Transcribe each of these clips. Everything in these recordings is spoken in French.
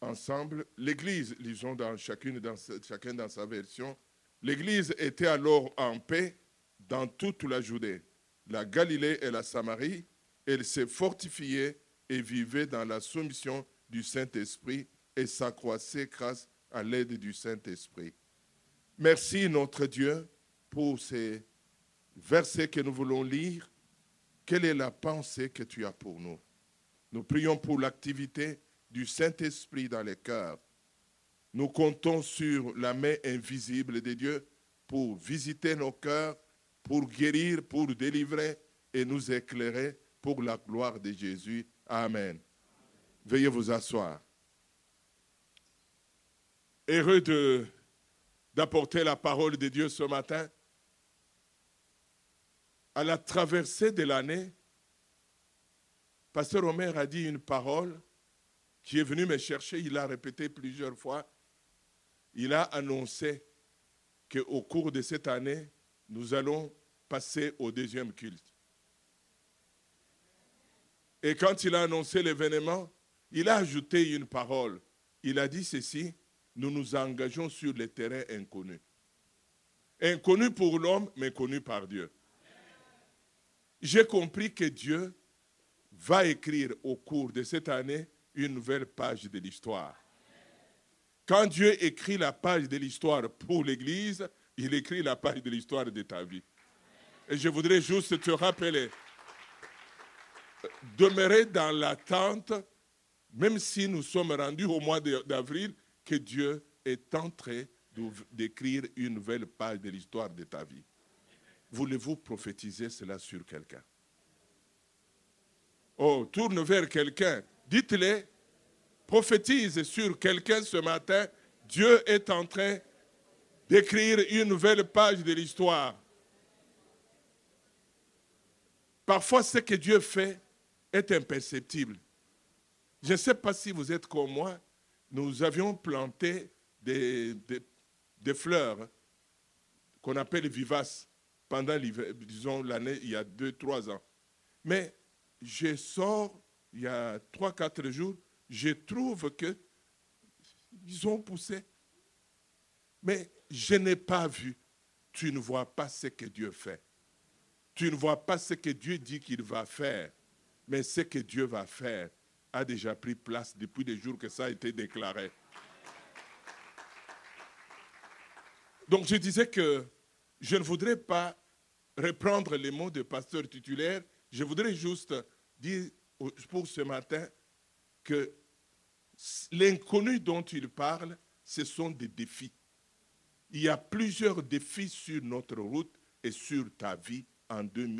ensemble. L'Église, lisons chacun dans sa version, l'Église était alors en paix dans toute la Judée, la Galilée et la Samarie. Elle s'est fortifiée et vivait dans la soumission du Saint-Esprit et s'accroissait grâce à l'aide du Saint-Esprit. Merci notre Dieu pour ces versets que nous voulons lire. Quelle est la pensée que tu as pour nous? Nous prions pour l'activité du Saint-Esprit dans les cœurs. Nous comptons sur la main invisible de Dieu pour visiter nos cœurs, pour guérir, pour délivrer et nous éclairer pour la gloire de Jésus. Amen. Veuillez vous asseoir. Heureux d'apporter la parole de Dieu ce matin. À la traversée de l'année, Pasteur Omer a dit une parole qui est venu me chercher, il l'a répété plusieurs fois. Il a annoncé qu'au cours de cette année, nous allons passer au deuxième culte. Et quand il a annoncé l'événement, il a ajouté une parole. Il a dit ceci, nous nous engageons sur les terrains inconnus. Inconnus pour l'homme, mais connus par Dieu. J'ai compris que Dieu va écrire au cours de cette année une nouvelle page de l'histoire. Quand Dieu écrit la page de l'histoire pour l'Église, il écrit la page de l'histoire de ta vie. Et je voudrais juste te rappeler, demeurer dans l'attente, même si nous sommes rendus au mois d'avril, que Dieu est en train d'écrire une nouvelle page de l'histoire de ta vie. Voulez-vous prophétiser cela sur quelqu'un? Oh, tourne vers quelqu'un. Dites-le, prophétise sur quelqu'un ce matin. Dieu est en train d'écrire une nouvelle page de l'histoire. Parfois, ce que Dieu fait est imperceptible. Je ne sais pas si vous êtes comme moi. Nous avions planté des fleurs qu'on appelle vivaces pendant l'hiver, disons l'année, il y a 2-3 ans. Mais je sors, il y a 3-4 jours, je trouve qu'ils ont poussé. Mais je n'ai pas vu. Tu ne vois pas ce que Dieu fait. Tu ne vois pas ce que Dieu dit qu'il va faire. Mais ce que Dieu va faire a déjà pris place depuis les jours que ça a été déclaré. Donc je disais que je ne voudrais pas reprendre les mots de pasteur titulaire. Je voudrais juste dire pour ce matin que l'inconnu dont il parle, ce sont des défis. Il y a plusieurs défis sur notre route et sur ta vie en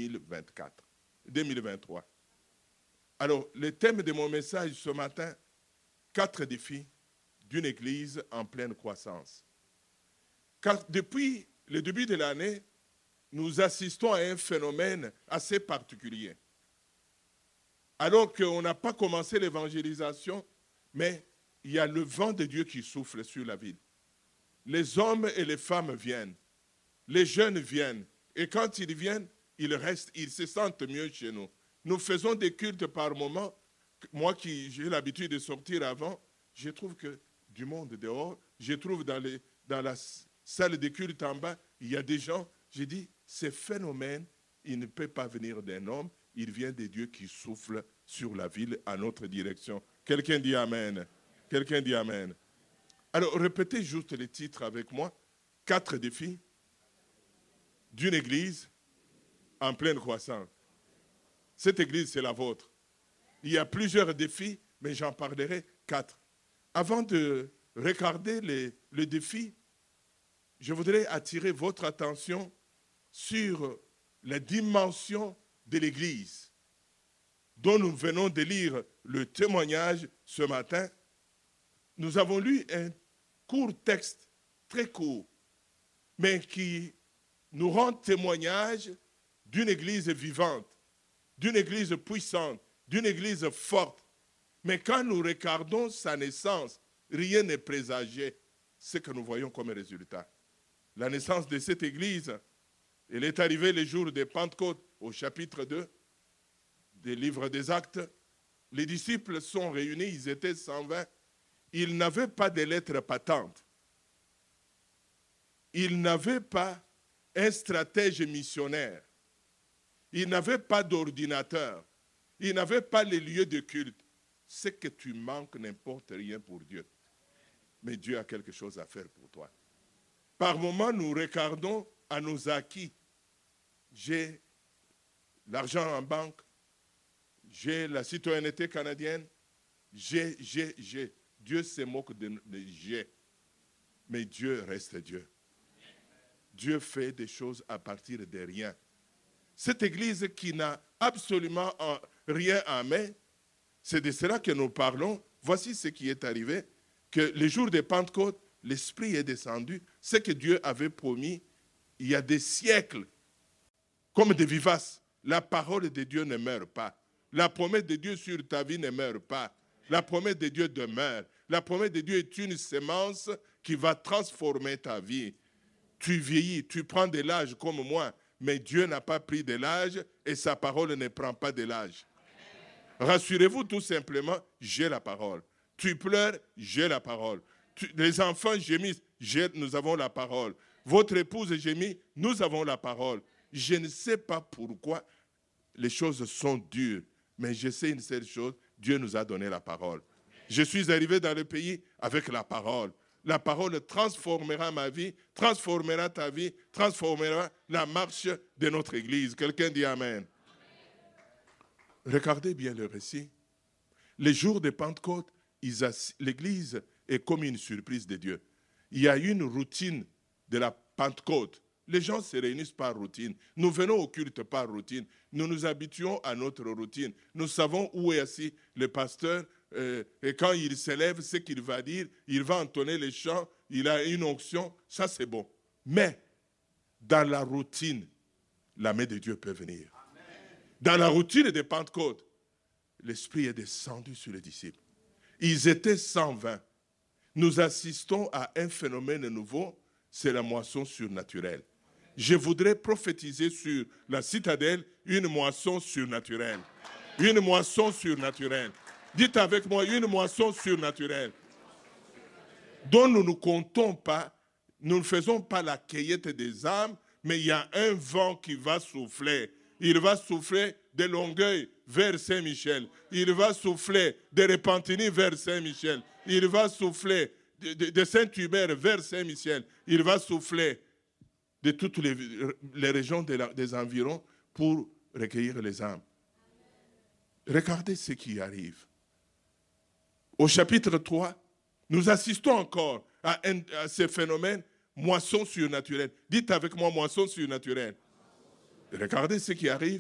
2023. Alors, le thème de mon message ce matin, 4 défis d'une église en pleine croissance. Car depuis le début de l'année, nous assistons à un phénomène assez particulier. Alors qu'on n'a pas commencé l'évangélisation, mais il y a le vent de Dieu qui souffle sur la ville. Les hommes et les femmes viennent, les jeunes viennent, et quand ils viennent, ils restent, ils se sentent mieux chez nous. Nous faisons des cultes par moment. Moi qui j'ai l'habitude de sortir avant, je trouve que du monde dehors, je trouve dans la salle de culte en bas, il y a des gens, j'ai dit, ce phénomène, il ne peut pas venir d'un homme, il vient de Dieu qui souffle sur la ville à notre direction. Quelqu'un dit Amen. Quelqu'un dit Amen. Alors, répétez juste les titres avec moi. 4 défis d'une église en pleine croissance. Cette église, c'est la vôtre. Il y a plusieurs défis, mais j'en parlerai 4. Avant de regarder les défis, je voudrais attirer votre attention sur la dimension de l'église dont nous venons de lire le témoignage ce matin. Nous avons lu un court texte, très court, mais qui nous rend témoignage d'une église vivante, d'une église puissante, d'une église forte. Mais quand nous regardons sa naissance, rien n'est présagé ce que nous voyons comme résultat. La naissance de cette église, elle est arrivée le jour de Pentecôte, au chapitre 2 des livres des Actes. Les disciples sont réunis, ils étaient 120. il n'avait pas de lettres patentes. Il n'avait pas un stratège missionnaire. Il n'avait pas d'ordinateur. Il n'avait pas les lieux de culte. Ce que tu manques n'importe rien pour Dieu. Mais Dieu a quelque chose à faire pour toi. Par moments, nous regardons à nos acquis. J'ai l'argent en banque. J'ai la citoyenneté canadienne. J'ai. Dieu se moque de j'ai. Mais Dieu reste Dieu. Dieu fait des choses à partir de rien. Cette église qui n'a absolument rien à mettre, c'est de cela que nous parlons. Voici ce qui est arrivé, que le jour de Pentecôte, l'Esprit est descendu. Ce que Dieu avait promis il y a des siècles, comme des vivaces. La parole de Dieu ne meurt pas. La promesse de Dieu sur ta vie ne meurt pas. La promesse de Dieu demeure. La promesse de Dieu est une semence qui va transformer ta vie. Tu vieillis, tu prends de l'âge comme moi, mais Dieu n'a pas pris de l'âge et sa parole ne prend pas de l'âge. Rassurez-vous tout simplement, j'ai la parole. Tu pleures, j'ai la parole. Les enfants gémissent, nous avons la parole. Votre épouse gémit, nous avons la parole. Je ne sais pas pourquoi les choses sont dures, mais je sais une seule chose, Dieu nous a donné la parole. Je suis arrivé dans le pays avec la parole. La parole transformera ma vie, transformera ta vie, transformera la marche de notre Église. Quelqu'un dit Amen. Regardez bien le récit. Les jours de Pentecôte, l'Église est comme une surprise de Dieu. Il y a une routine de la Pentecôte. Les gens se réunissent par routine. Nous venons au culte par routine. Nous nous habituons à notre routine. Nous savons où est assis le pasteur. Et quand il s'élève, ce qu'il va dire, il va entonner les chants, il a une onction, ça c'est bon. Mais dans la routine, la main de Dieu peut venir. Amen. Dans la routine de Pentecôte, l'Esprit est descendu sur les disciples. Ils étaient 120. Nous assistons à un phénomène nouveau, c'est la moisson surnaturelle. Je voudrais prophétiser sur la citadelle une moisson surnaturelle. Une moisson surnaturelle. Dites avec moi, une moisson surnaturelle dont nous ne comptons pas, nous ne faisons pas la cueillette des âmes, mais il y a un vent qui va souffler. Il va souffler de Longueuil vers Saint-Michel. Il va souffler de Repentigny vers Saint-Michel. Il va souffler de Saint-Hubert vers Saint-Michel. Il va souffler de toutes les régions des environs pour recueillir les âmes. Regardez ce qui arrive. Au chapitre 3, nous assistons encore à ce phénomène moisson surnaturelle. Dites avec moi, moisson surnaturelle. Regardez ce qui arrive.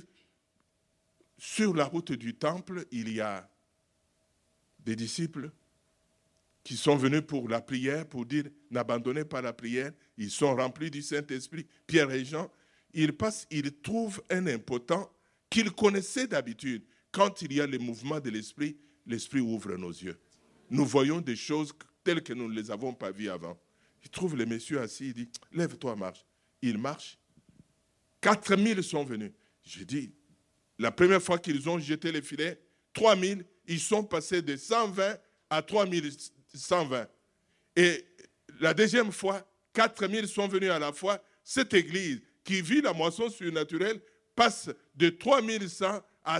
Sur la route du temple, il y a des disciples qui sont venus pour la prière, pour dire n'abandonnez pas la prière. Ils sont remplis du Saint-Esprit. Pierre et Jean, ils passent, ils trouvent un impotent qu'ils connaissaient d'habitude. Quand il y a le mouvement de l'Esprit, l'Esprit ouvre nos yeux. Nous voyons des choses telles que nous ne les avons pas vues avant. Il trouve le monsieur assis, il dit, lève-toi, marche. Il marche. 4000 sont venus. Je dis, la première fois qu'ils ont jeté les filets, 3000, ils sont passés de 120 à 3120. Et la deuxième fois, 4000 sont venus à la fois. Cette église qui vit la moisson surnaturelle passe de 3100 à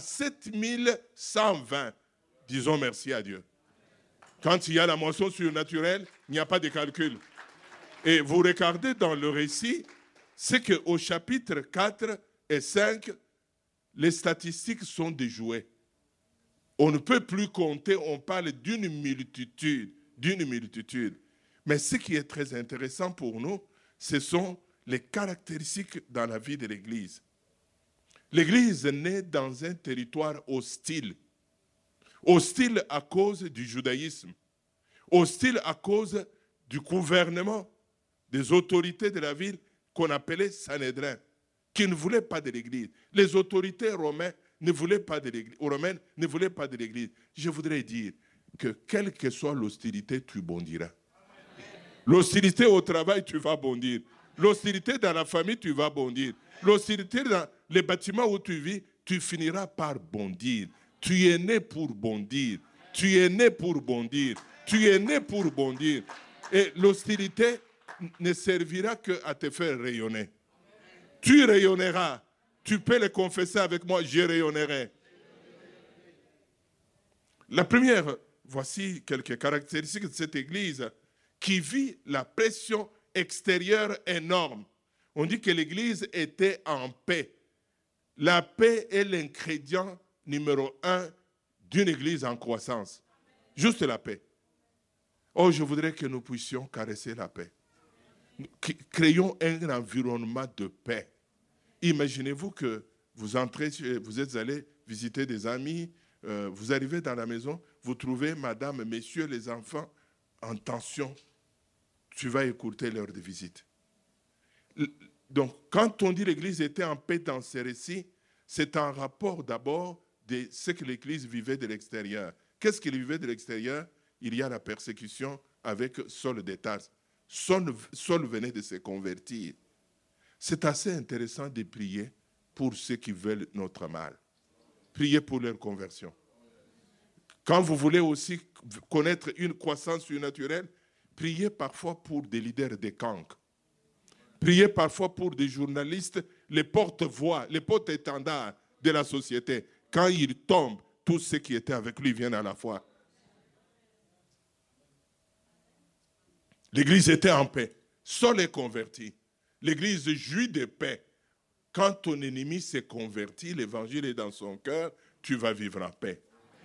7120. Disons merci à Dieu. Quand il y a la moisson surnaturelle, il n'y a pas de calcul. Et vous regardez dans le récit, c'est qu'au chapitre 4 et 5, les statistiques sont déjouées. On ne peut plus compter, on parle d'une multitude. Mais ce qui est très intéressant pour nous, ce sont les caractéristiques dans la vie de l'Église. L'Église naît dans un territoire hostile. Hostile à cause du judaïsme. Hostile à cause du gouvernement, des autorités de la ville qu'on appelait Sanhédrin, qui ne voulaient pas de l'Église. Les autorités romaines ne voulaient pas de l'Église. Je voudrais dire que quelle que soit l'hostilité, tu bondiras. L'hostilité au travail, tu vas bondir. L'hostilité dans la famille, tu vas bondir. L'hostilité dans les bâtiments où tu vis, tu finiras par bondir. Tu es né pour bondir. Tu es né pour bondir. Tu es né pour bondir. Et l'hostilité ne servira qu'à te faire rayonner. Tu rayonneras. Tu peux le confesser avec moi, je rayonnerai. La première, voici quelques caractéristiques de cette église qui vit la pression extérieure énorme. On dit que l'église était en paix. La paix est l'ingrédient numéro 1 d'une église en croissance. Juste la paix. Oh, je voudrais que nous puissions caresser la paix. Créons un environnement de paix. Imaginez-vous que vous entrez, vous êtes allé visiter des amis, vous arrivez dans la maison, vous trouvez madame, messieurs, les enfants en tension. Tu vas écouter l'heure de visite. Donc, quand on dit l'église était en paix dans ces récits, c'est un rapport d'abord de ce que l'église vivait de l'extérieur. Qu'est-ce qu'il vivait de l'extérieur? Il y a la persécution avec Saul de Tarse. Saul venait de se convertir. C'est assez intéressant de prier pour ceux qui veulent notre mal. Priez pour leur conversion. Quand vous voulez aussi connaître une croissance surnaturelle, priez parfois pour des leaders de cancres. Priez parfois pour des journalistes, les porte-voix, les porte-étendards de la société. Quand ils tombent, tous ceux qui étaient avec lui viennent à la foi. L'église était en paix. Saul est converti. L'église jouit de paix. Quand ton ennemi s'est converti, l'évangile est dans son cœur, tu vas vivre en paix.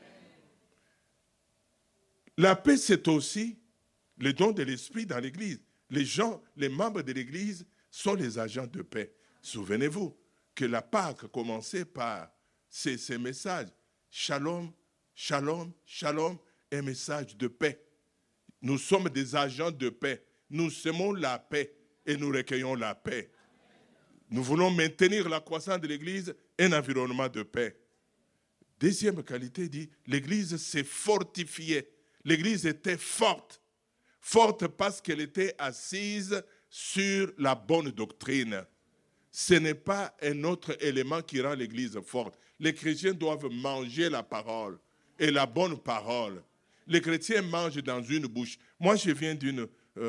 La paix, c'est aussi le don de l'esprit dans l'église. Les gens, les membres de l'église sont les agents de paix. Souvenez-vous que la Pâque commençait par ces messages. Shalom, shalom, shalom, un message de paix. Nous sommes des agents de paix. Nous semons la paix et nous recueillons la paix. Nous voulons maintenir la croissance de l'église, un environnement de paix. Deuxième qualité dit, l'église s'est fortifiée. L'église était forte. Forte parce qu'elle était assise sur la bonne doctrine. Ce n'est pas un autre élément qui rend l'église forte. Les chrétiens doivent manger la parole et la bonne parole. Les chrétiens mangent dans une bouche. Moi, je viens d'une...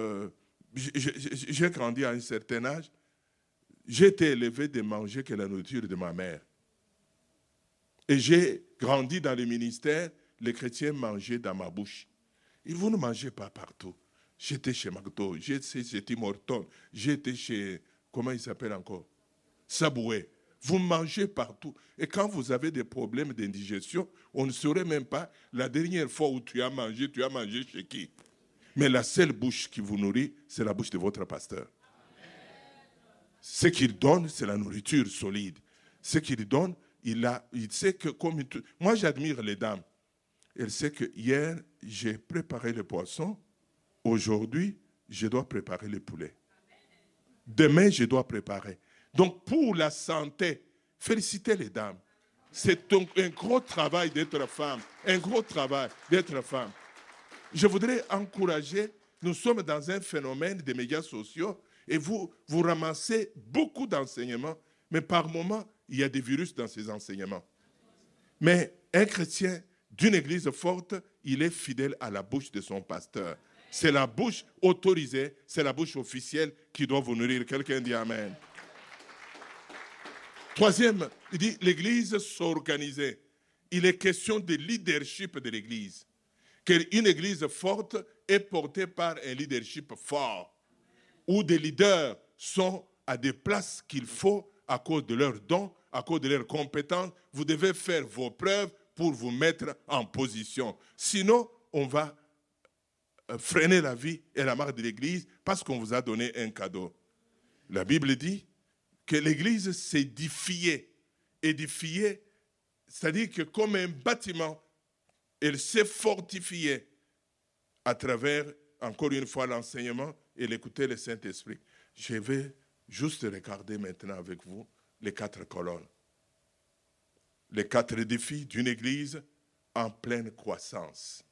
j'ai grandi à un certain âge. J'ai été élevé de manger que la nourriture de ma mère. Et j'ai grandi dans le ministère, les chrétiens mangeaient dans ma bouche. Et vous ne mangez pas partout. J'étais chez McDo, j'étais chez Tim Hortons, j'étais chez, comment il s'appelle encore? Subway. Vous mangez partout. Et quand vous avez des problèmes d'indigestion, on ne saurait même pas la dernière fois où tu as mangé chez qui? Mais la seule bouche qui vous nourrit, c'est la bouche de votre pasteur. Ce qu'il donne, c'est la nourriture solide. Ce qu'il donne, il sait que comme... Moi, j'admire les dames. Elle sait que hier, j'ai préparé le poisson. Aujourd'hui, je dois préparer le poulet. Demain, je dois préparer. Donc, pour la santé, félicitez les dames. C'est un gros travail d'être femme. Un gros travail d'être femme. Je voudrais encourager, nous sommes dans un phénomène des médias sociaux et vous ramassez beaucoup d'enseignements, mais par moments, il y a des virus dans ces enseignements. Mais un chrétien d'une église forte, il est fidèle à la bouche de son pasteur. C'est la bouche autorisée, c'est la bouche officielle qui doit vous nourrir. Quelqu'un dit Amen. Troisième, il dit l'église s'organisait. Il est question de leadership de l'église. Qu'une église forte est portée par un leadership fort, où des leaders sont à des places qu'il faut à cause de leurs dons, à cause de leurs compétences. Vous devez faire vos preuves pour vous mettre en position. Sinon, on va freiner la vie et la marche de l'église parce qu'on vous a donné un cadeau. La Bible dit que l'église s'édifiait. Édifier, c'est-à-dire que comme un bâtiment, elle s'est fortifiée à travers, encore une fois, l'enseignement et l'écouter le Saint-Esprit. Je vais juste regarder maintenant avec vous les 4 colonnes. Les 4 défis d'une église en pleine croissance.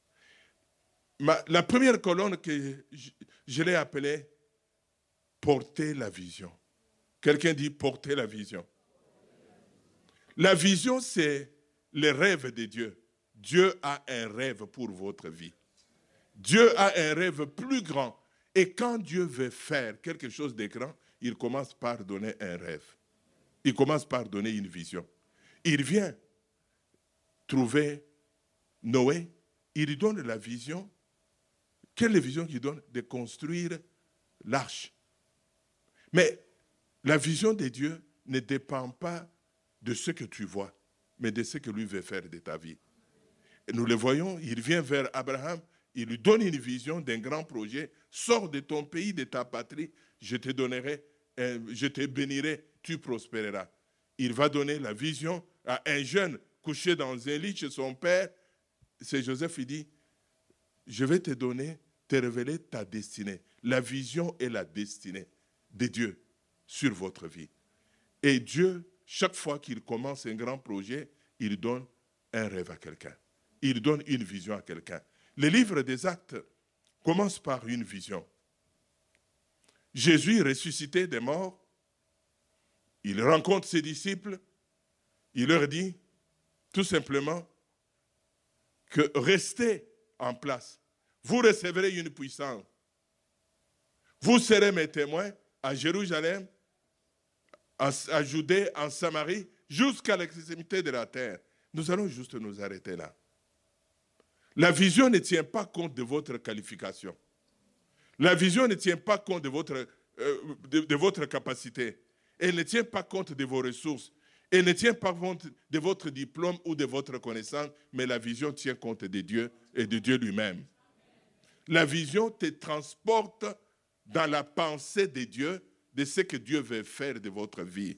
La première colonne que je l'ai appelée « Porter la vision ». Quelqu'un dit « Porter la vision ». La vision, c'est le rêve de Dieu. Dieu a un rêve pour votre vie. Dieu a un rêve plus grand. Et quand Dieu veut faire quelque chose de grand, il commence par donner un rêve. Il commence par donner une vision. Il vient trouver Noé, il lui donne la vision. Quelle est la vision qu'il donne? De construire l'arche. Mais la vision de Dieu ne dépend pas de ce que tu vois, mais de ce que lui veut faire de ta vie. Et nous le voyons, il vient vers Abraham, il lui donne une vision d'un grand projet. Sors de ton pays, de ta patrie, je te donnerai, je te bénirai, tu prospéreras. Il va donner la vision à un jeune couché dans un lit chez son père. C'est Joseph, il dit, je vais te donner, te révéler ta destinée. La vision et la destinée de Dieu sur votre vie. Et Dieu, chaque fois qu'il commence un grand projet, il donne un rêve à quelqu'un. Il donne une vision à quelqu'un. Le livre des Actes commence par une vision. Jésus ressuscité des morts, il rencontre ses disciples, il leur dit tout simplement que restez en place. Vous recevrez une puissance. Vous serez mes témoins à Jérusalem, à Judée, en Samarie, jusqu'à l'extrémité de la terre. Nous allons juste nous arrêter là. La vision ne tient pas compte de votre qualification. La vision ne tient pas compte de votre capacité. Elle ne tient pas compte de vos ressources. Elle ne tient pas compte de votre diplôme ou de votre connaissance, mais la vision tient compte de Dieu et de Dieu lui-même. La vision te transporte dans la pensée de Dieu, de ce que Dieu veut faire de votre vie.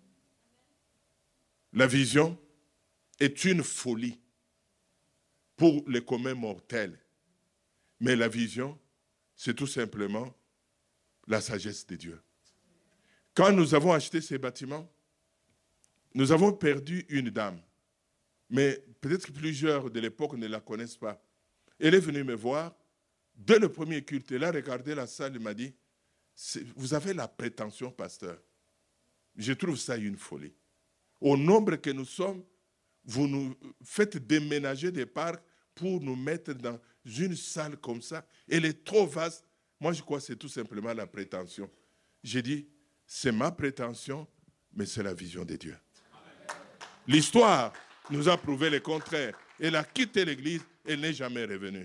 La vision est une folie pour les communs mortels. Mais la vision, c'est tout simplement la sagesse de Dieu. Quand nous avons acheté ces bâtiments, nous avons perdu une dame. Mais peut-être que plusieurs de l'époque ne la connaissent pas. Elle est venue me voir. Dès le premier culte, elle a regardé la salle et m'a dit, vous avez la prétention, pasteur. Je trouve ça une folie. Au nombre que nous sommes, vous nous faites déménager des parcs pour nous mettre dans une salle comme ça. Elle est trop vaste. Moi, je crois que c'est tout simplement la prétention. J'ai dit, c'est ma prétention, mais c'est la vision de Dieu. L'histoire nous a prouvé le contraire. Elle a quitté l'église, elle n'est jamais revenue.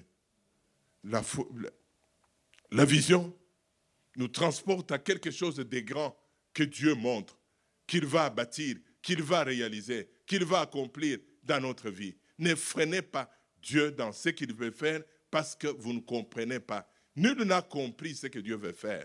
La vision nous transporte à quelque chose de grand que Dieu montre, qu'il va bâtir, qu'il va réaliser, qu'il va accomplir dans notre vie. Ne freinez pas Dieu dans ce qu'il veut faire parce que vous ne comprenez pas. Nul n'a compris ce que Dieu veut faire.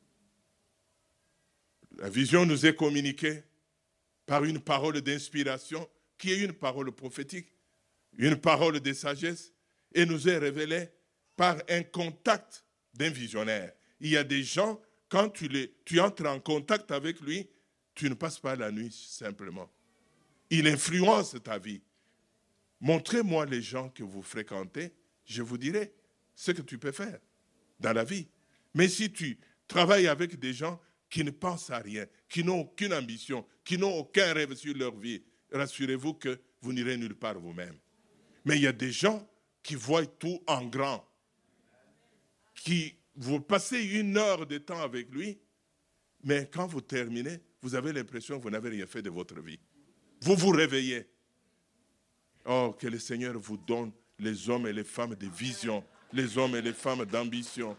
La vision nous est communiquée par une parole d'inspiration qui est une parole prophétique, une parole de sagesse, et nous est révélée par un contact d'un visionnaire. Il y a des gens, quand tu entres en contact avec lui, tu ne passes pas la nuit simplement. Il influence ta vie. Montrez-moi les gens que vous fréquentez, je vous dirai ce que tu peux faire dans la vie. Mais si tu travailles avec des gens qui ne pensent à rien, qui n'ont aucune ambition, qui n'ont aucun rêve sur leur vie, rassurez-vous que vous n'irez nulle part vous-même. Mais il y a des gens qui voient tout en grand, qui vous passez 1 heure de temps avec lui, mais quand vous terminez, vous avez l'impression que vous n'avez rien fait de votre vie. Vous vous réveillez. Oh, que le Seigneur vous donne les hommes et les femmes de vision, les hommes et les femmes d'ambition.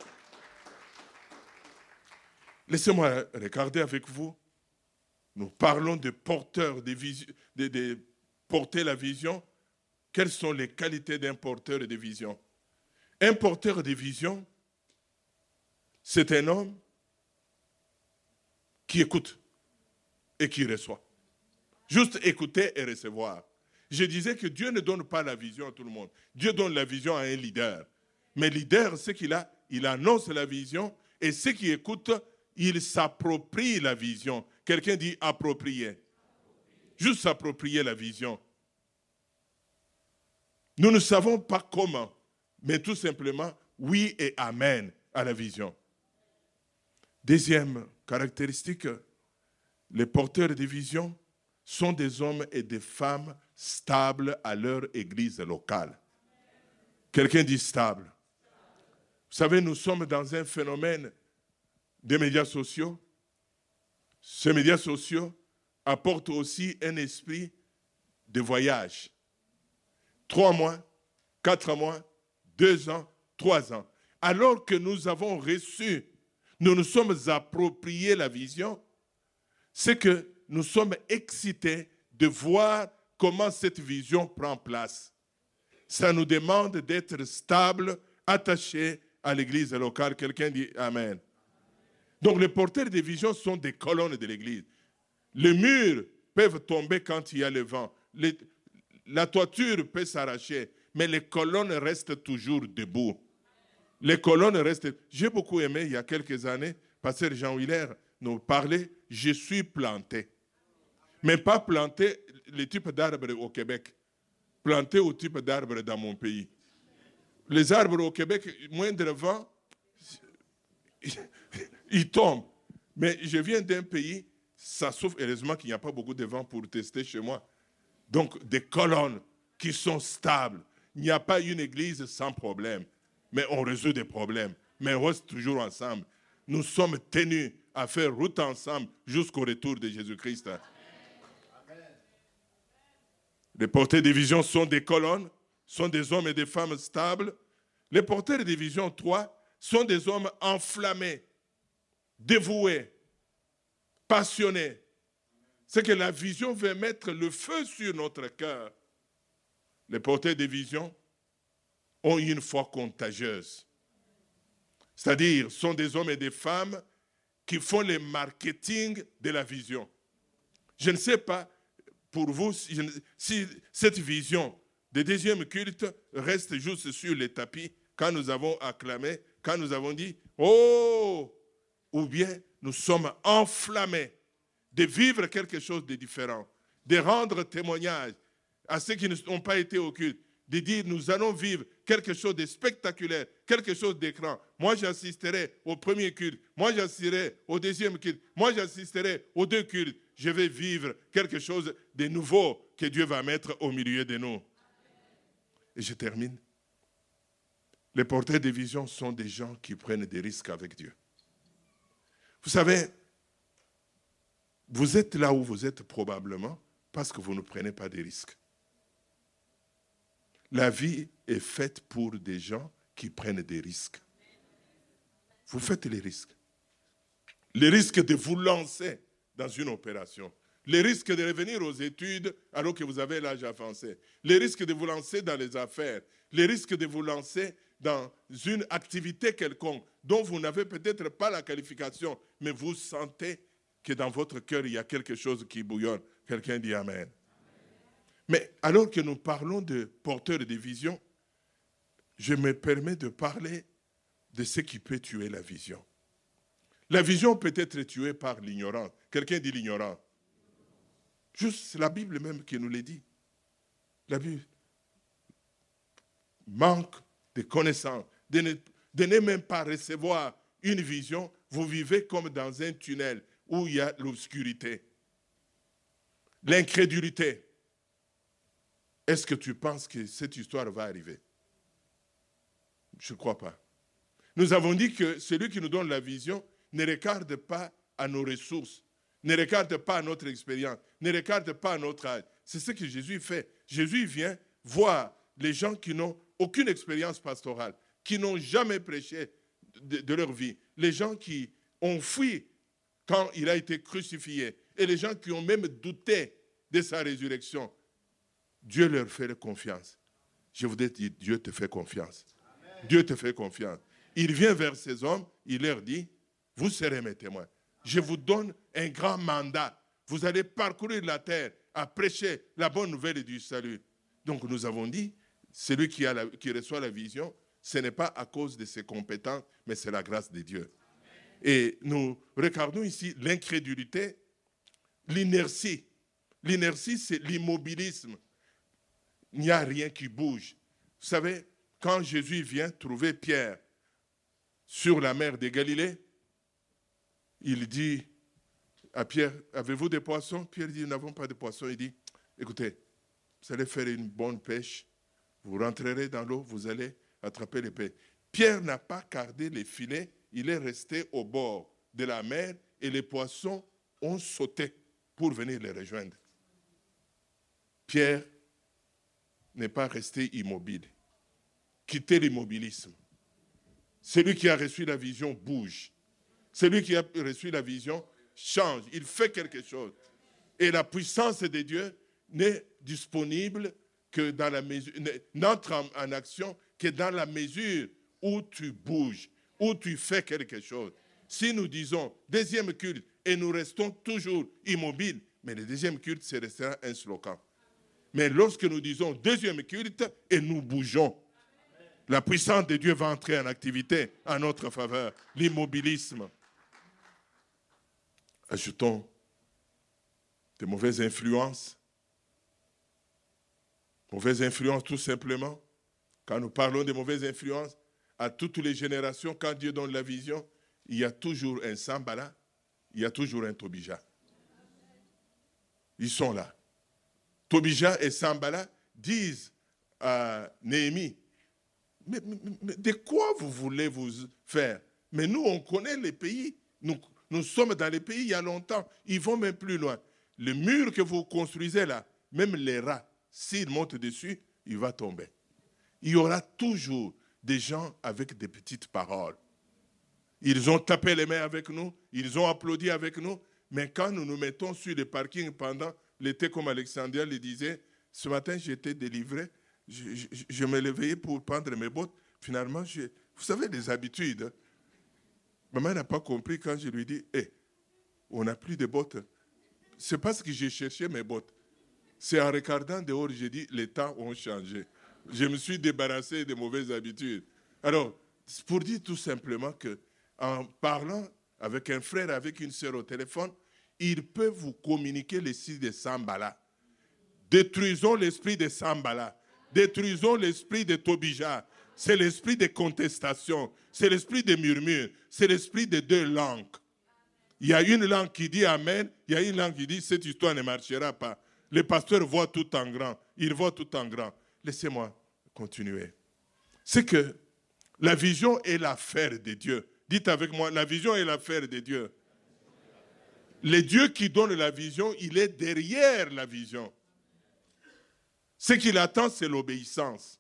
Laissez-moi regarder avec vous. Nous parlons de porteurs de porter la vision. Quelles sont les qualités d'un porteur de vision? Un porteur de vision, c'est un homme qui écoute et qui reçoit. Juste écouter et recevoir. Je disais que Dieu ne donne pas la vision à tout le monde. Dieu donne la vision à un leader. Mais le leader, ce qu'il a, il annonce la vision et ceux qui écoutent, ils s'approprient la vision. Quelqu'un dit approprier. Juste s'approprier la vision. Nous ne savons pas comment, mais tout simplement, oui et amen à la vision. Deuxième caractéristique, les porteurs de vision sont des hommes et des femmes stables à leur église locale. Quelqu'un dit stable. Vous savez, nous sommes dans un phénomène des médias sociaux. Ces médias sociaux apportent aussi un esprit de voyage. 3 mois, 4 mois, 2 ans, 3 ans. Alors que nous avons reçu, nous nous sommes appropriés la vision, c'est que nous sommes excités de voir comment cette vision prend place. Ça nous demande d'être stables, attachés à l'église locale. Quelqu'un dit Amen. Donc les porteurs de vision sont des colonnes de l'église. Les murs peuvent tomber quand il y a le vent. La toiture peut s'arracher, mais les colonnes restent toujours debout. Les colonnes restent... J'ai beaucoup aimé, il y a quelques années, pasteur Jean Willer nous parlait, je suis planté. Mais pas planté le type d'arbre au Québec. Planté au type d'arbre dans mon pays. Les arbres au Québec, moindre vent, ils tombent. Mais je viens d'un pays, ça souffre, heureusement qu'il n'y a pas beaucoup de vent pour tester chez moi. Donc, des colonnes qui sont stables. Il n'y a pas une église sans problème. Mais on résout des problèmes. Mais on reste toujours ensemble. Nous sommes tenus à faire route ensemble jusqu'au retour de Jésus-Christ. Amen. Les porteurs de vision sont des colonnes, sont des hommes et des femmes stables. Les porteurs de vision 3 sont des hommes enflammés, dévoués, passionnés. C'est que la vision veut mettre le feu sur notre cœur. Les porteurs de vision ont une foi contagieuse. C'est-à-dire, sont des hommes et des femmes qui font le marketing de la vision. Je ne sais pas, pour vous, si cette vision de deuxième culte reste juste sur les tapis, quand nous avons acclamé, quand nous avons dit « Oh !» ou bien nous sommes enflammés de vivre quelque chose de différent, de rendre témoignage à ceux qui n'ont pas été au culte, de dire nous allons vivre quelque chose de spectaculaire, quelque chose d'écran. Moi, j'assisterai au premier culte. Moi, j'assisterai au deuxième culte. Moi, j'assisterai aux 2 cultes. Je vais vivre quelque chose de nouveau que Dieu va mettre au milieu de nous. Et je termine. Les porteurs de vision sont des gens qui prennent des risques avec Dieu. Vous savez, vous êtes là où vous êtes probablement parce que vous ne prenez pas de risques. La vie est faite pour des gens qui prennent des risques. Vous faites les risques. Les risques de vous lancer dans une opération. Les risques de revenir aux études alors que vous avez l'âge avancé. Les risques de vous lancer dans les affaires. Les risques de vous lancer dans une activité quelconque dont vous n'avez peut-être pas la qualification, mais vous sentez que dans votre cœur, il y a quelque chose qui bouillonne. Quelqu'un dit Amen. Mais alors que nous parlons de porteurs de vision, je me permets de parler de ce qui peut tuer la vision. La vision peut être tuée par l'ignorance. Quelqu'un dit l'ignorance. Juste, c'est la Bible même qui nous le dit. La Bible manque de connaissances, de ne même pas recevoir une vision. Vous vivez comme dans un tunnel où il y a l'obscurité. L'incrédulité. Est-ce que tu penses que cette histoire va arriver? Je ne crois pas. Nous avons dit que celui qui nous donne la vision ne regarde pas à nos ressources, ne regarde pas à notre expérience, ne regarde pas à notre âge. C'est ce que Jésus fait. Jésus vient voir les gens qui n'ont aucune expérience pastorale, qui n'ont jamais prêché de leur vie, les gens qui ont fui quand il a été crucifié, et les gens qui ont même douté de sa résurrection. Dieu leur fait confiance. Je voudrais dire, Dieu te fait confiance. Amen. Dieu te fait confiance. Il vient vers ces hommes, il leur dit, vous serez mes témoins. Je vous donne un grand mandat. Vous allez parcourir la terre à prêcher la bonne nouvelle du salut. Donc nous avons dit, celui qui reçoit la vision, ce n'est pas à cause de ses compétences, mais c'est la grâce de Dieu. Amen. Et nous regardons ici l'incrédulité, l'inertie. L'inertie, c'est l'immobilisme. Il n'y a rien qui bouge. Vous savez, quand Jésus vient trouver Pierre sur la mer de Galilée, il dit à Pierre, avez-vous des poissons? Pierre dit, nous n'avons pas de poissons. Il dit, écoutez, vous allez faire une bonne pêche, vous rentrerez dans l'eau, vous allez attraper les pêches. Pierre n'a pas gardé les filets, il est resté au bord de la mer et les poissons ont sauté pour venir les rejoindre. Pierre n'est pas resté immobile. Quittez l'immobilisme. Celui qui a reçu la vision bouge. Celui qui a reçu la vision change. Il fait quelque chose. Et la puissance de Dieu n'est disponible que dans la mesure, n'entre en action que dans la mesure où tu bouges, où tu fais quelque chose. Si nous disons deuxième culte et nous restons toujours immobiles, mais le deuxième culte, c'est restera un slogan. Mais lorsque nous disons deuxième culte et nous bougeons, la puissance de Dieu va entrer en activité en notre faveur. L'immobilisme. Ajoutons de mauvaises influences. Mauvaises influences tout simplement. Quand nous parlons de mauvaises influences, à toutes les générations, quand Dieu donne la vision, il y a toujours un Sambala, il y a toujours un Tobija. Ils sont là. Tobija et Sambala disent à Néhémie, mais de quoi vous voulez vous faire? Mais nous, on connaît les pays. Nous sommes dans les pays il y a longtemps. Ils vont même plus loin. Le mur que vous construisez là, même les rats, s'ils montent dessus, il va tomber. Il y aura toujours des gens avec des petites paroles. Ils ont tapé les mains avec nous, ils ont applaudi avec nous, mais quand nous nous mettons sur le parking pendant l'été, comme Alexandria le disait, ce matin j'étais délivré, je me réveillais pour prendre mes bottes, finalement, vous savez les habitudes. Maman n'a pas compris quand je lui dis, on n'a plus de bottes. C'est parce que j'ai cherché mes bottes. C'est en regardant dehors, j'ai dit, les temps ont changé. Je me suis débarrassé des mauvaises habitudes. Alors, c'est pour dire tout simplement qu'en parlant avec un frère, avec une sœur au téléphone, il peut vous communiquer l'esprit de Sambala. Détruisons l'esprit de Sambala. Détruisons l'esprit de Tobija. C'est l'esprit de contestation. C'est l'esprit de murmure. C'est l'esprit de deux langues. Il y a une langue qui dit Amen. Il y a une langue qui dit cette histoire ne marchera pas. Le pasteur voit tout en grand. Il voit tout en grand. Laissez-moi continuer. C'est que la vision est l'affaire de Dieu. Dites avec moi, la vision est l'affaire de Dieu. Le Dieu qui donne la vision, il est derrière la vision. Ce qu'il attend, c'est l'obéissance.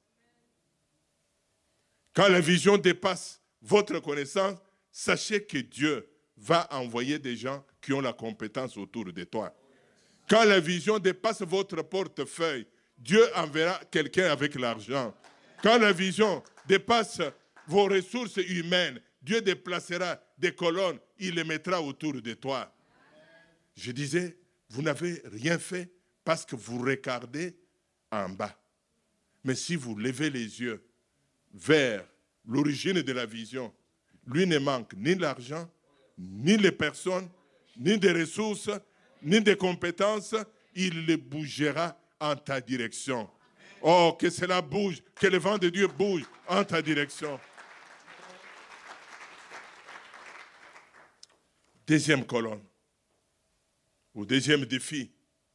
Quand la vision dépasse votre connaissance, sachez que Dieu va envoyer des gens qui ont la compétence autour de toi. Quand la vision dépasse votre portefeuille, Dieu enverra quelqu'un avec l'argent. Quand la vision dépasse vos ressources humaines, Dieu déplacera des colonnes, il les mettra autour de toi. Je disais, vous n'avez rien fait parce que vous regardez en bas. Mais si vous levez les yeux vers l'origine de la vision, lui ne manque ni l'argent, ni les personnes, ni des ressources, ni des compétences, il les bougera en ta direction. Oh, que cela bouge, que le vent de Dieu bouge en ta direction. Deuxième colonne, ou deuxième défi,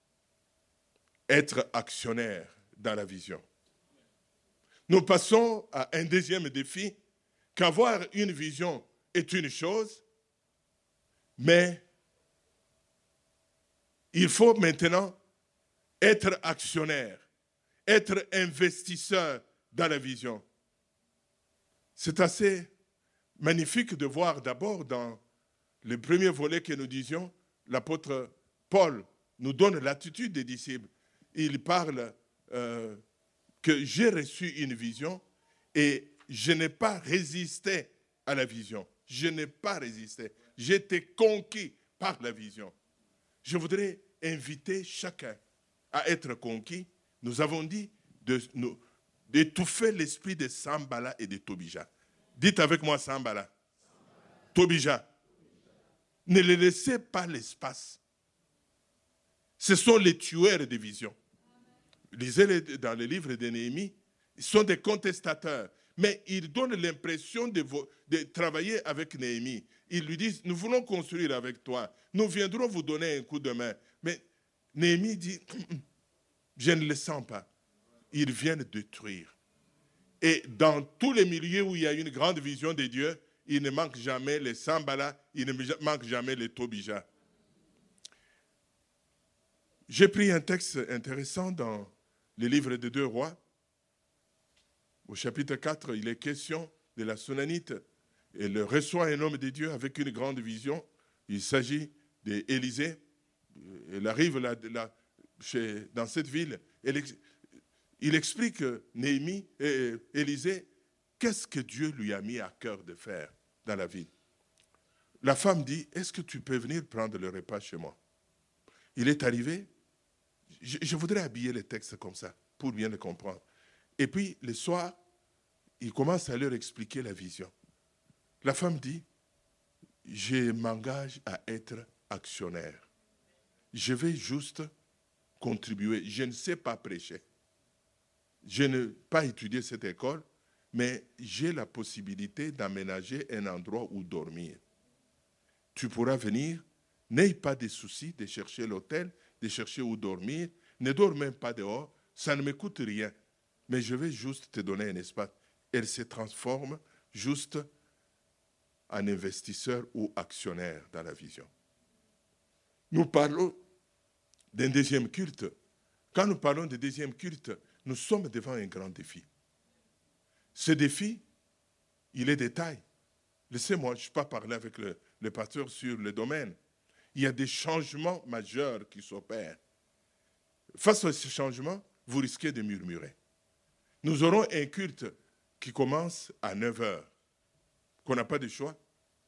être actionnaire dans la vision. Nous passons à un deuxième défi, qu'avoir une vision est une chose, mais il faut maintenant être actionnaire, être investisseur dans la vision. C'est assez magnifique de voir d'abord dans le premier volet que nous disions, l'apôtre Paul nous donne l'attitude des disciples. Il parle que j'ai reçu une vision et je n'ai pas résisté à la vision. Je n'ai pas résisté. J'ai été conquis par la vision. Je voudrais inviter chacun à être conquis. Nous avons dit d'étouffer l'esprit de Sambala et de Tobija. Dites avec moi Sambala. Tobija. Ne les laissez pas l'espace. Ce sont les tueurs de vision. Lisez dans le livre de Néhémie, ils sont des contestateurs. Mais ils donnent l'impression de travailler avec Néhémie. Ils lui disent, nous voulons construire avec toi. Nous viendrons vous donner un coup de main. Mais Néhémie dit, je ne le sens pas. Ils viennent détruire. Et dans tous les milieux où il y a une grande vision de Dieu, il ne manque jamais les sambala, il ne manque jamais les tobija. J'ai pris un texte intéressant dans le livre des 2 Rois. Au chapitre 4, il est question de la Sunamite. Elle reçoit un homme de Dieu avec une grande vision. Il s'agit d'Élisée. Elle arrive dans cette ville. Il explique Néhémie et Élisée qu'est-ce que Dieu lui a mis à cœur de faire dans la ville. La femme dit, est-ce que tu peux venir prendre le repas chez moi? Il est arrivé. Je voudrais habiller le texte comme ça pour bien le comprendre. Et puis, le soir, il commence à leur expliquer la vision. La femme dit, je m'engage à être actionnaire. Je vais juste contribuer. Je ne sais pas prêcher. Je n'ai pas étudié cette école, mais j'ai la possibilité d'aménager un endroit où dormir. Tu pourras venir, n'aie pas de soucis de chercher l'hôtel, de chercher où dormir, ne dors même pas dehors, ça ne me coûte rien, mais je vais juste te donner un espace. Elle se transforme juste en investisseur ou actionnaire dans la vision. Nous parlons d'un deuxième culte. Quand nous parlons de deuxième culte, nous sommes devant un grand défi. Ce défi, il est de taille. Laissez-moi, je ne vais pas parler avec le pasteur sur le domaine. Il y a des changements majeurs qui s'opèrent. Face à ces changements, vous risquez de murmurer. Nous aurons un culte qui commence à 9h, qu'on n'a pas de choix.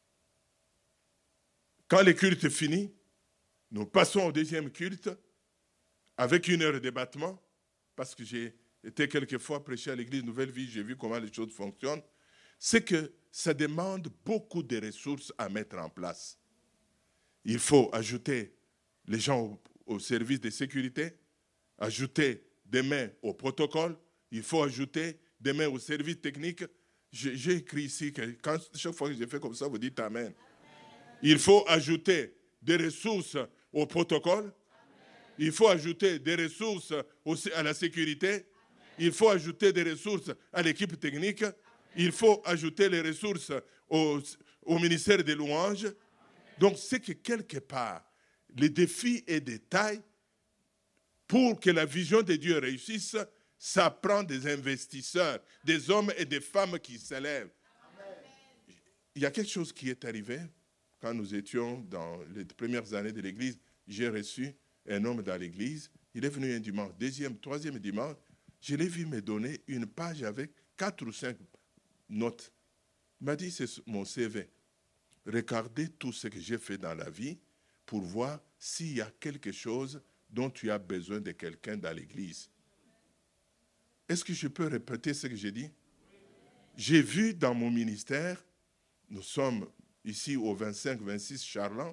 Quand le culte finit, nous passons au deuxième culte avec 1 heure de battement, parce que j'ai été quelquefois prêché à l'église Nouvelle Vie, j'ai vu comment les choses fonctionnent. C'est que ça demande beaucoup de ressources à mettre en place. Il faut ajouter les gens au service de sécurité, ajouter des mains au protocole, il faut ajouter des mains au service technique. J'ai écrit ici que chaque fois que j'ai fait comme ça, vous dites Amen. Il faut ajouter des ressources au protocole, il faut ajouter des ressources à la sécurité, il faut ajouter des ressources à l'équipe technique, il faut ajouter les ressources au ministère des louanges. Donc, c'est que quelque part, le défi est de taille. Pour que la vision de Dieu réussisse, ça prend des investisseurs, des hommes et des femmes qui s'élèvent. Il y a quelque chose qui est arrivé quand nous étions dans les premières années de l'église. J'ai reçu un homme dans l'église. Il est venu un dimanche, troisième dimanche. Je l'ai vu me donner une page avec 4 ou 5 notes. Il m'a dit, c'est mon CV. Regardez tout ce que j'ai fait dans la vie pour voir s'il y a quelque chose dont tu as besoin de quelqu'un dans l'église. Est-ce que je peux répéter ce que j'ai dit? J'ai vu dans mon ministère, nous sommes ici au 25-26 Charland,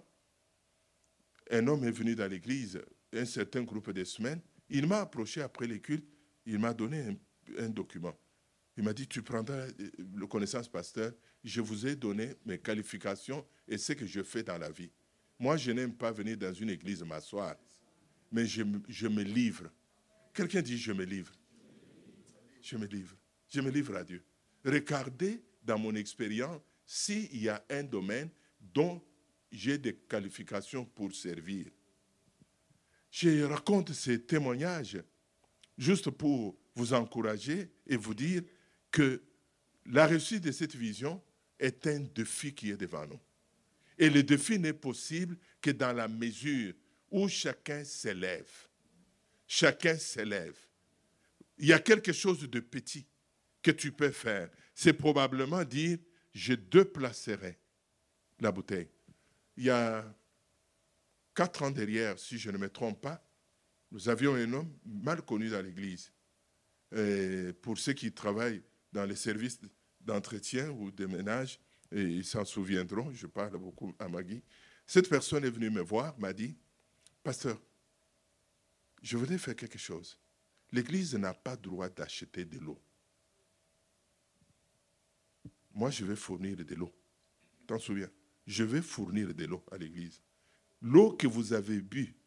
un homme est venu dans l'église un certain groupe de semaines, il m'a approché après les cultes, il m'a donné un document. Il m'a dit, tu prendras le connaissance pasteur, je vous ai donné mes qualifications et ce que je fais dans la vie. Moi, je n'aime pas venir dans une église m'asseoir, mais je me livre. Quelqu'un dit, je me livre. Je me livre. Je me livre à Dieu. Regardez dans mon expérience s'il y a un domaine dont j'ai des qualifications pour servir. Je raconte ces témoignages juste pour vous encourager et vous dire que la réussite de cette vision est un défi qui est devant nous. Et le défi n'est possible que dans la mesure où chacun s'élève. Chacun s'élève. Il y a quelque chose de petit que tu peux faire. C'est probablement dire, je déplacerai la bouteille. Il y a 4 ans derrière, si je ne me trompe pas, nous avions un homme mal connu dans l'église. Et pour ceux qui travaillent dans les services d'entretien ou de ménage, et ils s'en souviendront, je parle beaucoup à Maggie. Cette personne est venue me voir, m'a dit, pasteur, je voudrais faire quelque chose. L'église n'a pas droit d'acheter de l'eau. Moi, je vais fournir de l'eau. T'en souviens? Je vais fournir de l'eau à l'église. L'eau que vous avez bu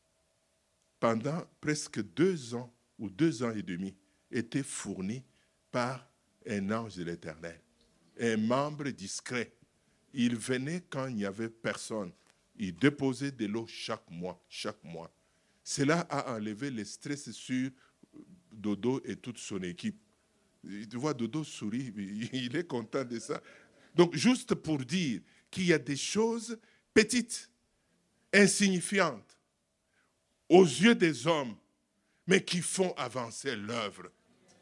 pendant presque 2 ans ou 2 ans et demi était fournie par un ange de l'Éternel, un membre discret. Il venait quand il n'y avait personne. Il déposait de l'eau chaque mois. Cela a enlevé le stress sur Dodo et toute son équipe. Tu vois, Dodo sourit, il est content de ça. Donc, juste pour dire qu'il y a des choses petites, insignifiantes, aux yeux des hommes, mais qui font avancer l'œuvre.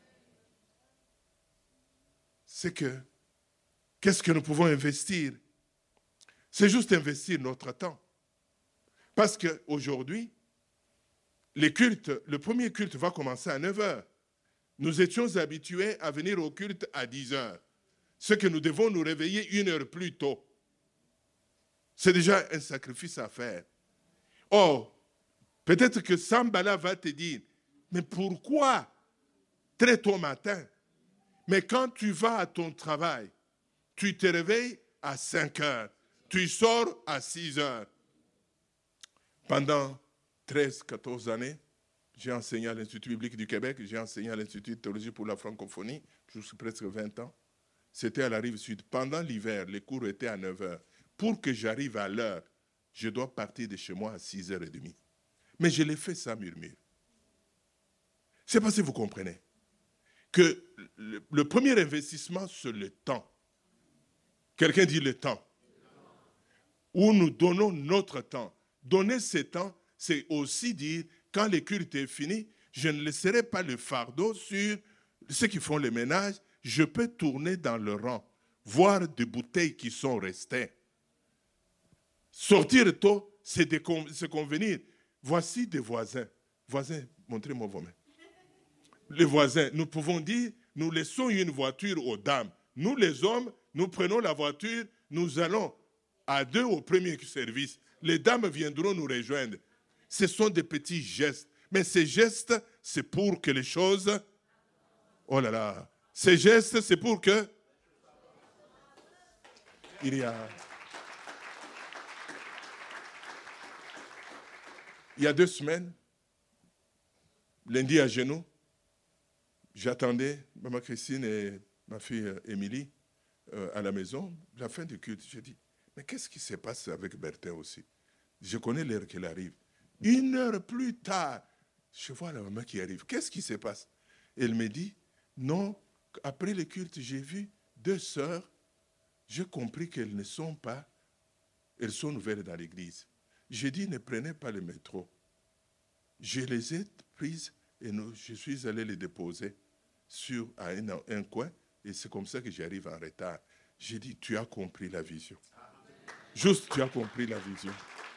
C'est que, qu'est-ce que nous pouvons investir? C'est juste investir notre temps. Parce qu'aujourd'hui, le premier culte va commencer à 9h. Nous étions habitués à venir au culte à 10h. Ce que nous devons nous réveiller 1 heure plus tôt. C'est déjà un sacrifice à faire. Or, peut-être que Sambala va te dire, mais pourquoi très tôt matin? Mais quand tu vas à ton travail, tu te réveilles à 5h, tu sors à 6h. Pendant 13-14 années, j'ai enseigné à l'Institut biblique du Québec, j'ai enseigné à l'Institut de théologie pour la francophonie, jusqu'à presque 20 ans. C'était à la rive sud. Pendant l'hiver, les cours étaient à 9h. Pour que j'arrive à l'heure, je dois partir de chez moi à 6h30. Mais je l'ai fait sans murmure. C'est parce que vous comprenez que le premier investissement, c'est le temps. Quelqu'un dit le temps. Où nous donnons notre temps. Donner ce temps, c'est aussi dire, quand le culte est fini, je ne laisserai pas le fardeau sur ceux qui font le ménage. Je peux tourner dans le rang, voir des bouteilles qui sont restées. Sortir tôt, c'est se convenir. Voici des voisins. Voisins, montrez-moi vos mains. Les voisins, nous pouvons dire, nous laissons une voiture aux dames. Nous, les hommes, nous prenons la voiture, nous allons à 2 au premier service. Les dames viendront nous rejoindre. Ce sont des petits gestes. Mais ces gestes, c'est pour que les choses... Oh là là. Ces gestes, c'est pour que... Il y a 2 semaines, lundi à genoux, j'attendais maman Christine et ma fille Émilie à la maison, la fin du culte. J'ai dit, mais qu'est-ce qui se passe avec Bertin aussi? Je connais l'heure qu'elle arrive. 1 heure plus tard, je vois la maman qui arrive. Qu'est-ce qui se passe? Elle me dit, non, après le culte, j'ai vu 2 sœurs, j'ai compris qu'elles ne sont pas, elles sont nouvelles dans l'église. J'ai dit, ne prenez pas le métro. Je les ai prises et je suis allé les déposer à un coin et c'est comme ça que j'arrive en retard. J'ai dit, tu as compris la vision. Juste, tu as compris la vision.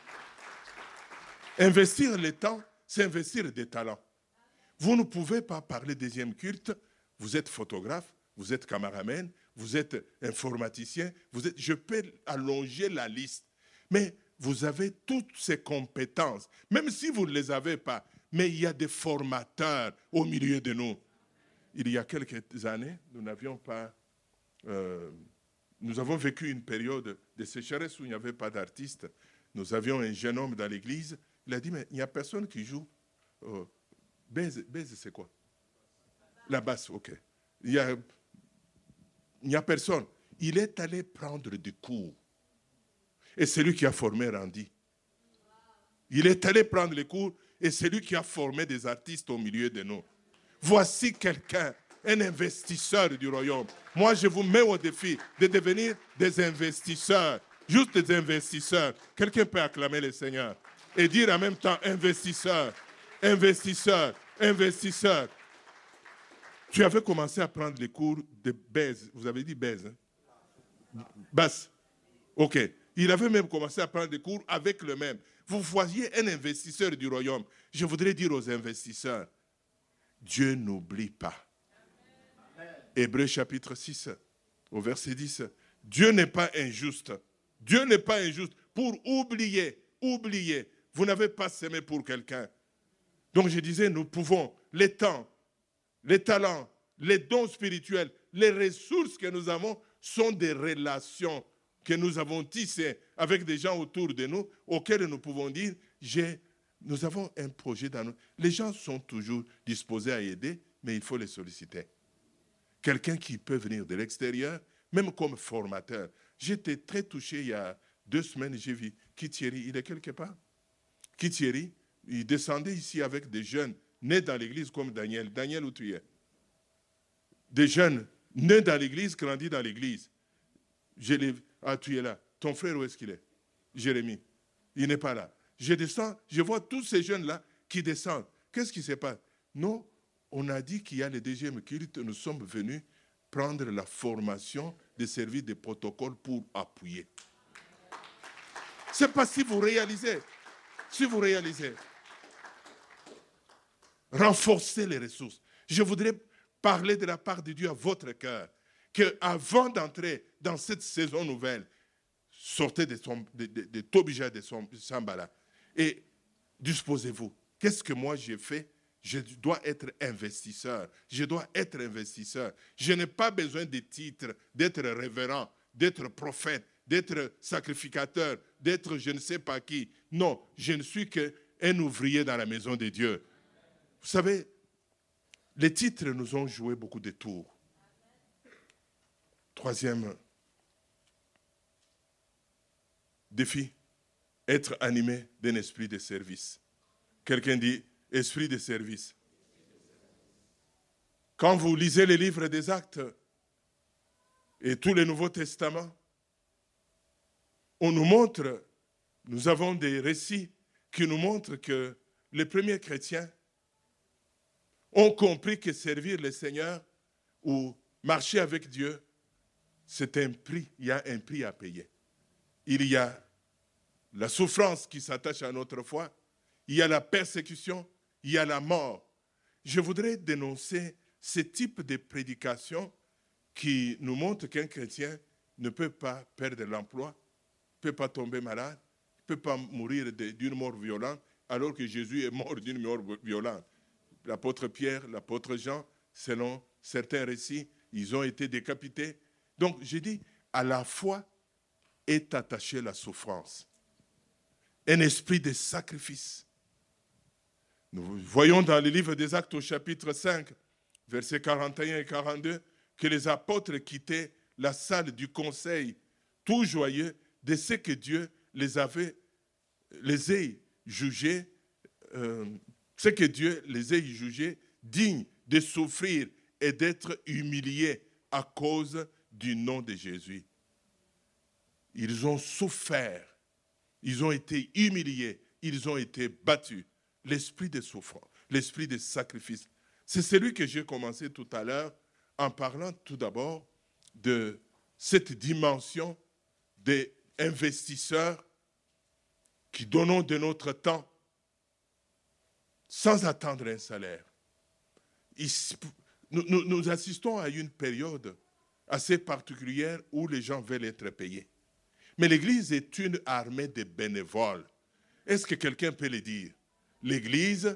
Investir le temps, c'est investir des talents. Vous ne pouvez pas parler deuxième culte, vous êtes photographe, vous êtes caméraman, vous êtes informaticien, je peux allonger la liste. Mais vous avez toutes ces compétences, même si vous ne les avez pas. Mais il y a des formateurs au milieu de nous. Il y a quelques années, nous n'avions pas... nous avons vécu une période de sécheresse où il n'y avait pas d'artistes. Nous avions un jeune homme dans l'église. Il a dit, mais il n'y a personne qui joue. Baise, c'est quoi? La basse, ok. Il n'y a personne. Il est allé prendre des cours. Et c'est lui qui a formé Randy. Il est allé prendre les cours et c'est lui qui a formé des artistes au milieu de nous. Voici quelqu'un, un investisseur du royaume. Moi, je vous mets au défi de devenir des investisseurs. Juste des investisseurs. Quelqu'un peut acclamer le Seigneur et dire en même temps investisseur, investisseur, investisseur. Tu avais commencé à prendre les cours de baise. Vous avez dit baise, hein? Basse. OK. Il avait même commencé à prendre des cours avec le même. Vous voyez un investisseur du royaume. Je voudrais dire aux investisseurs, Dieu n'oublie pas. Hébreux chapitre 6, au verset 10. Dieu n'est pas injuste. Dieu n'est pas injuste pour oublier. Vous n'avez pas semé pour quelqu'un. Donc je disais, nous pouvons, les temps, les talents, les dons spirituels, les ressources que nous avons sont des relations que nous avons tissées avec des gens autour de nous auxquels nous pouvons dire, nous avons un projet dans nous. Les gens sont toujours disposés à aider, mais il faut les solliciter. quelqu'un qui peut venir de l'extérieur, même comme formateur. J'étais très touché il y a 2 semaines, j'ai vu Kitieri, il est quelque part. Kitieri, il descendait ici avec des jeunes nés dans l'église comme Daniel. Daniel, où tu es? Des jeunes nés dans l'église, grandis dans l'église. Ah, tu es là. Ton frère, où est-ce qu'il est? Jérémie. Il n'est pas là. Je descends, je vois tous ces jeunes-là qui descendent. Qu'est-ce qui se passe? Non, on a dit qu'il y a le deuxième culte, nous sommes venus prendre la formation de servir des protocoles pour appuyer. Ce n'est pas si vous réalisez. Si vous réalisez. Renforcer les ressources. Je voudrais parler de la part de Dieu à votre cœur, qu'avant d'entrer dans cette saison nouvelle, sortez de Tobija, de Sambala, et disposez-vous. Qu'est-ce que moi j'ai fait? Je dois être investisseur. Je dois être investisseur. Je n'ai pas besoin de titres, d'être révérend, d'être prophète, d'être sacrificateur, d'être je ne sais pas qui. Non, je ne suis qu'un ouvrier dans la maison de Dieu. Vous savez, les titres nous ont joué beaucoup de tours. 3e défi, être animé d'un esprit de service. Quelqu'un dit, esprit de service. Quand vous lisez les livres des Actes et tout le Nouveau Testament, on nous montre, nous avons des récits qui nous montrent que les premiers chrétiens ont compris que servir le Seigneur ou marcher avec Dieu, c'est un prix, il y a un prix à payer. Il y a la souffrance qui s'attache à notre foi, il y a la persécution, il y a la mort. Je voudrais dénoncer ce type de prédication qui nous montre qu'un chrétien ne peut pas perdre l'emploi, ne peut pas tomber malade, ne peut pas mourir d'une mort violente, alors que Jésus est mort d'une mort violente. L'apôtre Pierre, l'apôtre Jean, selon certains récits, ils ont été décapités. Donc, j'ai dit, à la foi est attachée la souffrance. Un esprit de sacrifice. Nous voyons dans le livre des Actes au chapitre 5, versets 41 et 42, que les apôtres quittaient la salle du conseil, tout joyeux de ce que Dieu les ait jugés, dignes de souffrir et d'être humiliés à cause du nom de Jésus. Ils ont souffert, ils ont été humiliés, ils ont été battus. L'esprit de souffrance, l'esprit de sacrifice. C'est celui que j'ai commencé tout à l'heure en parlant tout d'abord de cette dimension des investisseurs qui donnons de notre temps sans attendre un salaire. Nous assistons à une période assez particulière où les gens veulent être payés. Mais l'Église est une armée de bénévoles. Est-ce que quelqu'un peut le dire? L'Église...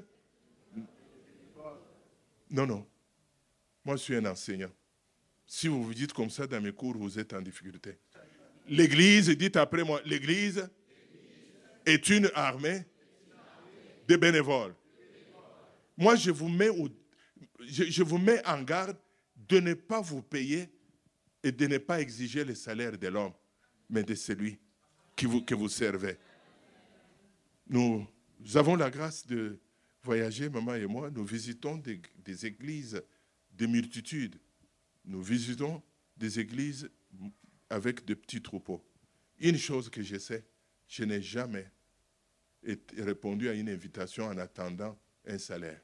Non. Moi, je suis un enseignant. Si vous vous dites comme ça dans mes cours, vous êtes en difficulté. L'Église, dites après moi, l'Église est une armée de bénévoles. Moi, je vous mets en garde de ne pas vous payer et de ne pas exiger le salaire de l'homme, mais de celui que vous servez. Nous avons la grâce de voyager, maman et moi. Nous visitons des églises de multitudes. Nous visitons des églises avec de petits troupeaux. Une chose que je sais, je n'ai jamais répondu à une invitation en attendant un salaire.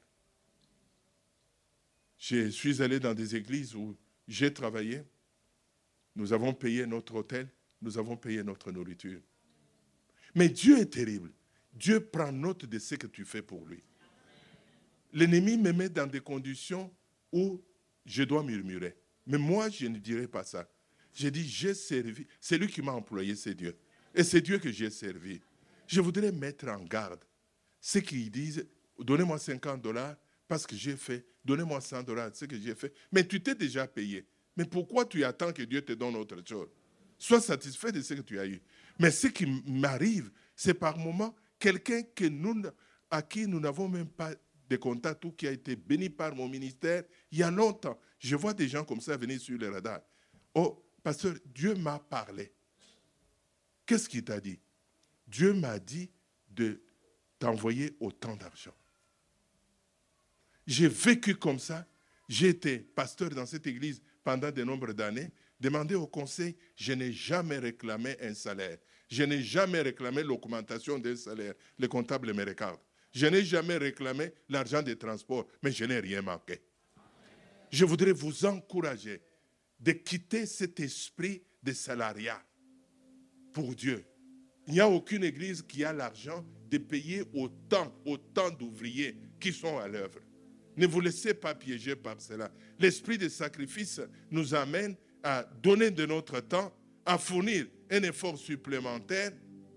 Je suis allé dans des églises où j'ai travaillé. Nous avons payé notre hôtel, nous avons payé notre nourriture. Mais Dieu est terrible. Dieu prend note de ce que tu fais pour lui. L'ennemi me met dans des conditions où je dois murmurer. Mais moi, je ne dirai pas ça. J'ai dit, j'ai servi. C'est lui qui m'a employé, c'est Dieu. Et c'est Dieu que j'ai servi. Je voudrais mettre en garde ceux qui disent, donnez-moi $50 parce que j'ai fait, donnez-moi $100, ce que j'ai fait. Mais tu t'es déjà payé. Mais pourquoi tu attends que Dieu te donne autre chose? Sois satisfait de ce que tu as eu. Mais ce qui m'arrive, c'est par moments quelqu'un à qui nous n'avons même pas de contact ou qui a été béni par mon ministère il y a longtemps. Je vois des gens comme ça venir sur le radar. Oh, pasteur, Dieu m'a parlé. Qu'est-ce qu'il t'a dit? Dieu m'a dit de t'envoyer autant d'argent. J'ai vécu comme ça. J'ai été pasteur dans cette église pendant de nombreuses d'années. Demandez au conseil, je n'ai jamais réclamé un salaire. Je n'ai jamais réclamé l'augmentation d'un salaire. Le comptable me regarde. Je n'ai jamais réclamé l'argent des transports, mais je n'ai rien manqué. Je voudrais vous encourager de quitter cet esprit de salariat pour Dieu. Il n'y a aucune église qui a l'argent de payer autant d'ouvriers qui sont à l'œuvre. Ne vous laissez pas piéger par cela. L'esprit de sacrifice nous amène à donner de notre temps, à fournir un effort supplémentaire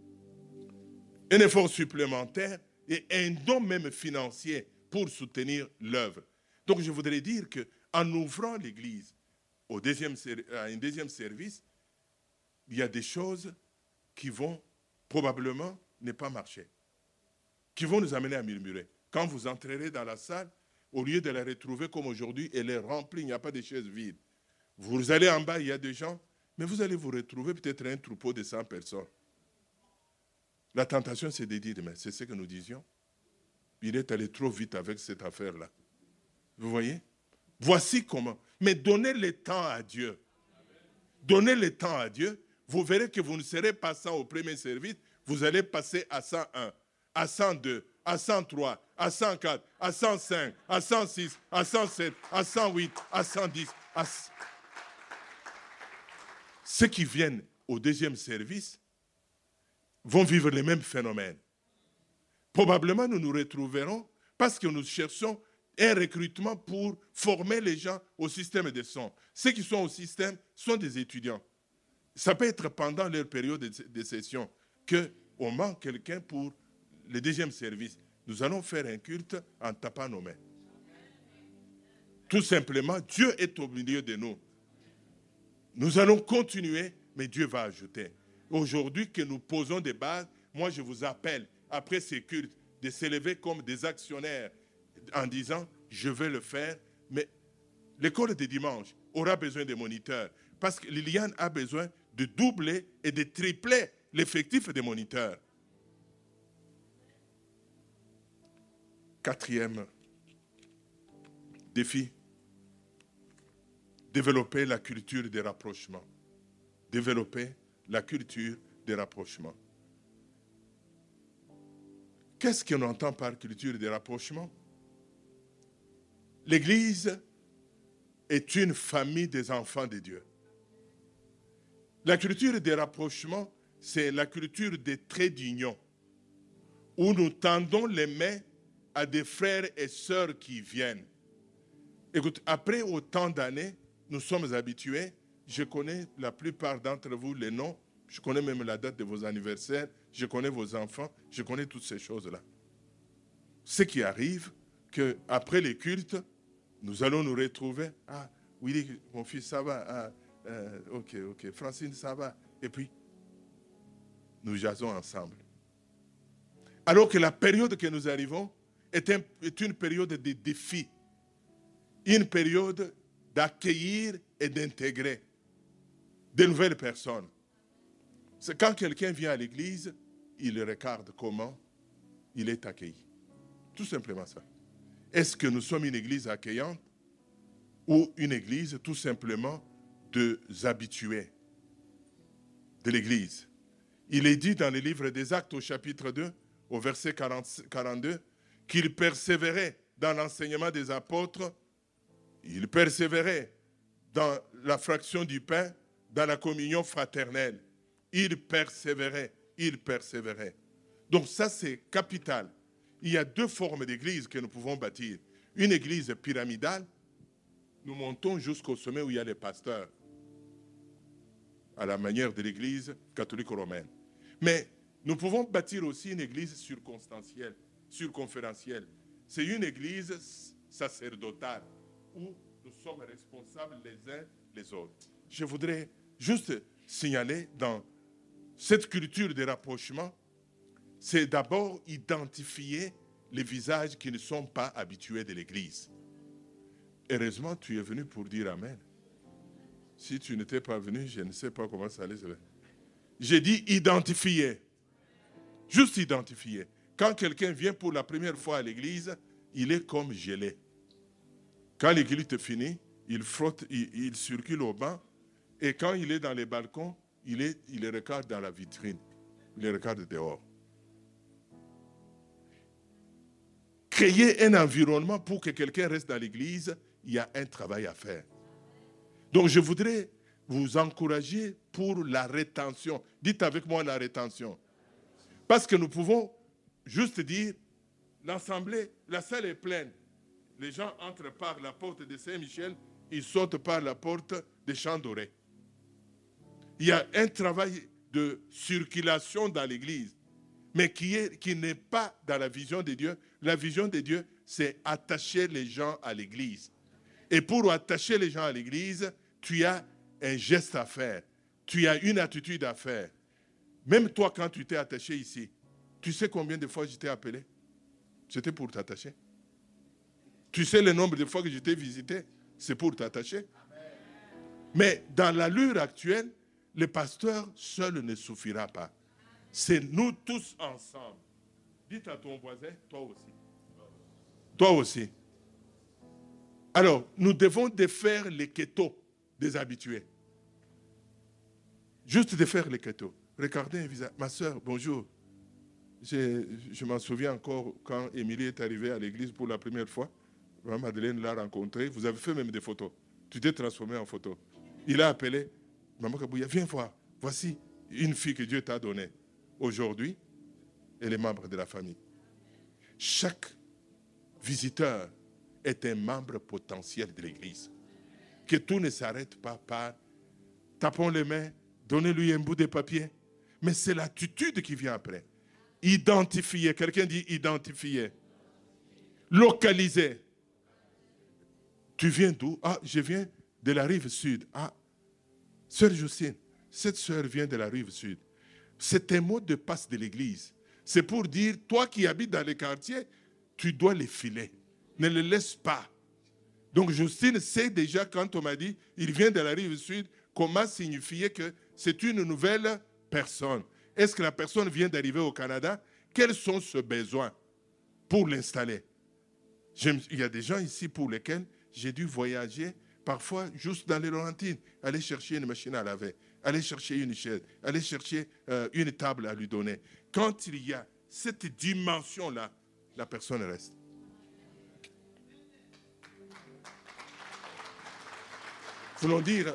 et un don même financier pour soutenir l'œuvre. Donc je voudrais dire qu'en ouvrant l'église à un deuxième service, il y a des choses qui vont probablement ne pas marcher, qui vont nous amener à murmurer. Quand vous entrerez dans la salle, au lieu de la retrouver comme aujourd'hui, elle est remplie, il n'y a pas de chaises vides. Vous allez en bas, il y a des gens, mais vous allez vous retrouver peut-être un troupeau de 100 personnes. La tentation, c'est de dire, mais c'est ce que nous disions. Il est allé trop vite avec cette affaire-là. Vous voyez? Voici comment. Mais donnez le temps à Dieu. Donnez le temps à Dieu. Vous verrez que vous ne serez pas passant au premier service. Vous allez passer à 101, à 102, à 103, à 104, à 105, à 106, à 107, à 108, à 110. Ceux qui viennent au deuxième service vont vivre les mêmes phénomènes. Probablement, nous nous retrouverons parce que nous cherchons un recrutement pour former les gens au système de son. Ceux qui sont au système sont des étudiants. Ça peut être pendant leur période de session qu'on manque quelqu'un pour le deuxième service. Nous allons faire un culte en tapant nos mains. Tout simplement, Dieu est au milieu de nous. Nous allons continuer, mais Dieu va ajouter. Aujourd'hui que nous posons des bases, moi je vous appelle, après ces cultes, de s'élever comme des actionnaires en disant, je vais le faire, mais l'école de dimanche aura besoin de moniteurs, parce que Liliane a besoin de doubler et de tripler l'effectif des moniteurs. Quatrième défi, développer la culture des rapprochements. Développer la culture des rapprochements. Qu'est-ce qu'on entend par culture des rapprochements? L'Église est une famille des enfants de Dieu. La culture des rapprochements, c'est la culture des traits d'union, où nous tendons les mains à des frères et sœurs qui viennent. Écoute, après autant d'années, nous sommes habitués. Je connais la plupart d'entre vous les noms. Je connais même la date de vos anniversaires. Je connais vos enfants. Je connais toutes ces choses-là. Ce qui arrive, qu'après les cultes, nous allons nous retrouver. Ah, Willy, mon fils, ça va. Ok. Francine, ça va. Et puis, nous jasons ensemble. Alors que la période que nous arrivons est une période de défi. Une période d'accueillir et d'intégrer de nouvelles personnes. C'est quand quelqu'un vient à l'église, il regarde comment il est accueilli. Tout simplement ça. Est-ce que nous sommes une église accueillante ou une église tout simplement des habitués de l'église? Il est dit dans le livre des Actes au chapitre 2, au verset 42, qu'il persévérait dans l'enseignement des apôtres, il persévérait dans la fraction du pain, dans la communion fraternelle. Il persévérait. Donc ça, c'est capital. Il y a deux formes d'église que nous pouvons bâtir. Une église pyramidale, nous montons jusqu'au sommet où il y a les pasteurs, à la manière de l'église catholique romaine. Mais nous pouvons bâtir aussi une église circonférentielle. C'est une église sacerdotale, où nous sommes responsables les uns les autres. Je voudrais juste signaler dans cette culture de rapprochement, c'est d'abord identifier les visages qui ne sont pas habitués de l'Église. Heureusement, tu es venu pour dire Amen. Si tu n'étais pas venu, je ne sais pas comment ça allait se faire. J'ai dit identifier. Juste identifier. Quand quelqu'un vient pour la première fois à l'église, il est comme gelé. Quand l'église te finit, il frotte, il circule au banc. Et quand il est dans les balcons, il regarde dans la vitrine. Il les regarde dehors. Créer un environnement pour que quelqu'un reste dans l'église, il y a un travail à faire. Donc je voudrais vous encourager pour la rétention. Dites avec moi la rétention. Parce que nous pouvons juste dire, l'assemblée, la salle est pleine. Les gens entrent par la porte de Saint-Michel, ils sortent par la porte des Champs Dorés. Il y a un travail de circulation dans l'église, mais qui n'est pas dans la vision de Dieu. La vision de Dieu, c'est attacher les gens à l'église. Et pour attacher les gens à l'église, tu as un geste à faire. Tu as une attitude à faire. Même toi, quand tu t'es attaché ici, tu sais combien de fois je t'ai appelé? C'était pour t'attacher. Tu sais le nombre de fois que je t'ai visité? C'est pour t'attacher. Mais dans l'allure actuelle, le pasteur seul ne suffira pas. C'est nous tous ensemble. Dites à ton voisin, toi aussi. Toi aussi. Alors, nous devons défaire les kétos des habitués. Juste défaire les kétos. Regardez un visage. Ma soeur, bonjour. Je m'en souviens encore quand Émilie est arrivée à l'église pour la première fois. Madeleine l'a rencontrée. Vous avez fait même des photos. Tu t'es transformé en photo. Il a appelé. Maman Kabouya, viens voir. Voici une fille que Dieu t'a donnée. Aujourd'hui, elle est membre de la famille. Chaque visiteur est un membre potentiel de l'église. Que tout ne s'arrête pas par tapons les mains, donnez-lui un bout de papier. Mais c'est l'attitude qui vient après. Identifier. Quelqu'un dit identifier. Localiser. Tu viens d'où? Ah, je viens de la rive sud. Ah, sœur Justine, cette sœur vient de la rive sud. C'est un mot de passe de l'église. C'est pour dire, toi qui habites dans les quartiers, tu dois les filer. Ne les laisse pas. Donc Justine sait déjà, quand on m'a dit, il vient de la rive sud, comment signifier que c'est une nouvelle personne. Est-ce que la personne vient d'arriver au Canada? Quels sont ses besoins pour l'installer? Il y a des gens ici pour lesquels j'ai dû voyager, parfois juste dans les Laurentines, aller chercher une machine à laver, aller chercher une chaise, aller chercher une table à lui donner. Quand il y a cette dimension-là, la personne reste. Voulons dire,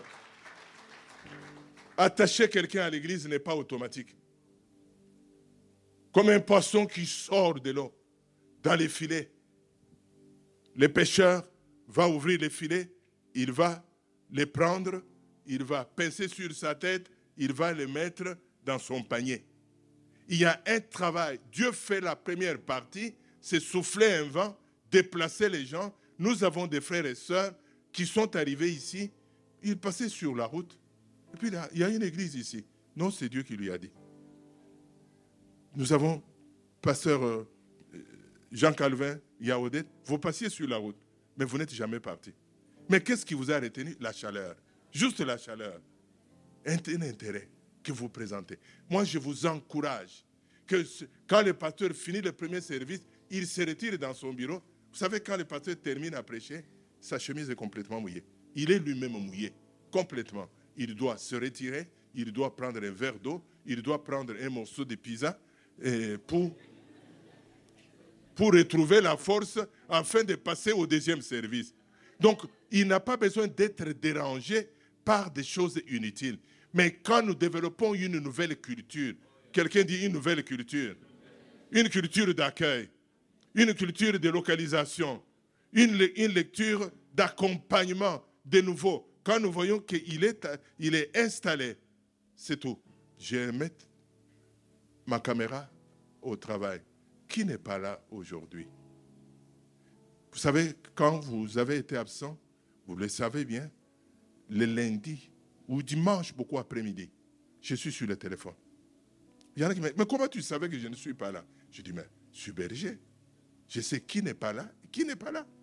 attacher quelqu'un à l'église n'est pas automatique. Comme un poisson qui sort de l'eau, dans les filets. Le pêcheur va ouvrir les filets, il va les prendre, il va pincer sur sa tête, il va les mettre dans son panier. Il y a un travail. Dieu fait la première partie, c'est souffler un vent, déplacer les gens. Nous avons des frères et sœurs qui sont arrivés ici, ils passaient sur la route. Et puis là, il y a une église ici. Non, c'est Dieu qui lui a dit. Nous avons pasteur Jean Calvin, Yaodet, vous passiez sur la route, mais vous n'êtes jamais parti. Mais qu'est-ce qui vous a retenu? La chaleur. Juste la chaleur. Un intérêt que vous présentez. Moi, je vous encourage que quand le pasteur finit le premier service, il se retire dans son bureau. Vous savez, quand le pasteur termine à prêcher, sa chemise est complètement mouillée. Il est lui-même mouillé, complètement. Il doit se retirer, il doit prendre un verre d'eau, il doit prendre un morceau de pizza pour retrouver la force afin de passer au deuxième service. Donc, il n'a pas besoin d'être dérangé par des choses inutiles. Mais quand nous développons une nouvelle culture, quelqu'un dit une nouvelle culture, une culture d'accueil, une culture de localisation, une lecture d'accompagnement de nouveau. Quand nous voyons qu'il est installé, c'est tout. Je vais mettre ma caméra au travail. Qui n'est pas là aujourd'hui? Vous savez, quand vous avez été absent, vous le savez bien, le lundi ou dimanche, beaucoup après-midi, je suis sur le téléphone. Il y en a qui me disent, mais comment tu savais que je ne suis pas là? Je dis, mais je suis berger. Je sais qui n'est pas là, qui n'est pas là.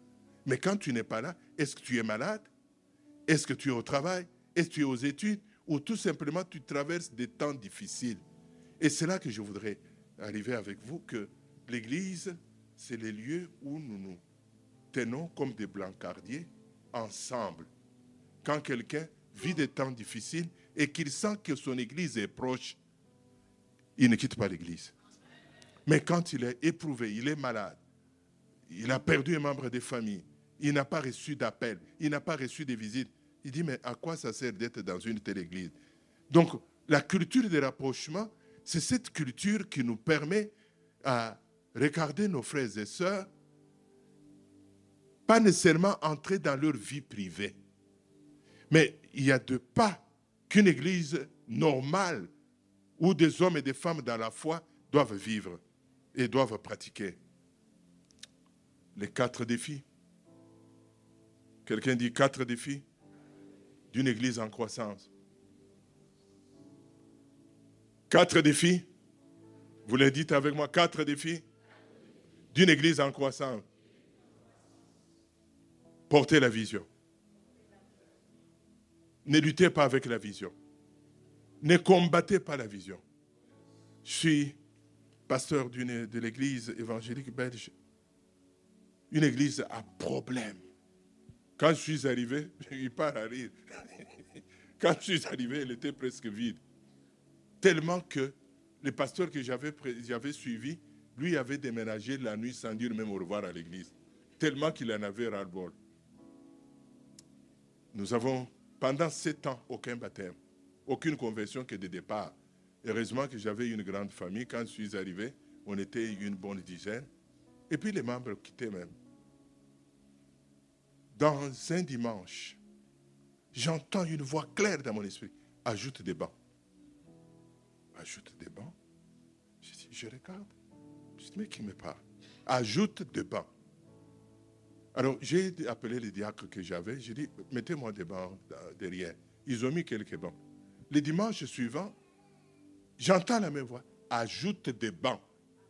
Mais quand tu n'es pas là, est-ce que tu es malade? Est-ce que tu es au travail? Est-ce que tu es aux études? Ou tout simplement tu traverses des temps difficiles? Et c'est là que je voudrais arriver avec vous, que l'Église, c'est les lieux où nous nous tenons comme des brancardiers ensemble. Quand quelqu'un vit des temps difficiles et qu'il sent que son Église est proche, il ne quitte pas l'Église. Mais quand il est éprouvé, il est malade, il a perdu un membre de famille, il n'a pas reçu d'appel, il n'a pas reçu de visite, il dit, mais à quoi ça sert d'être dans une telle église? Donc, la culture de rapprochement, c'est cette culture qui nous permet à regarder nos frères et sœurs, pas nécessairement entrer dans leur vie privée. Mais il y a deux pas qu'une église normale, où des hommes et des femmes dans la foi doivent vivre et doivent pratiquer. Les 4 défis. Quelqu'un dit 4 défis d'une église en croissance. 4 défis. Vous les dites avec moi, 4 défis d'une église en croissance. Portez la vision. Ne luttez pas avec la vision. Ne combattez pas la vision. Je suis pasteur de l'église évangélique belge. Une église à problème. Quand je suis arrivé, il part à rire. Quand je suis arrivé, elle était presque vide. Tellement que le pasteur que j'avais suivi, lui avait déménagé la nuit sans dire même au revoir à l'église. Tellement qu'il en avait ras-le-bol. Nous avons, pendant 7 ans, aucun baptême, aucune conversion que de départ. Heureusement que j'avais une grande famille. Quand je suis arrivé, on était une bonne dizaine. Et puis les membres quittaient même. Dans un dimanche, j'entends une voix claire dans mon esprit. Ajoute des bancs. Ajoute des bancs. Je regarde. Je dis, mais qui me parle? Ajoute des bancs. Alors, j'ai appelé les diacres que j'avais. J'ai dit, mettez-moi des bancs derrière. Ils ont mis quelques bancs. Le dimanche suivant, j'entends la même voix. Ajoute des bancs.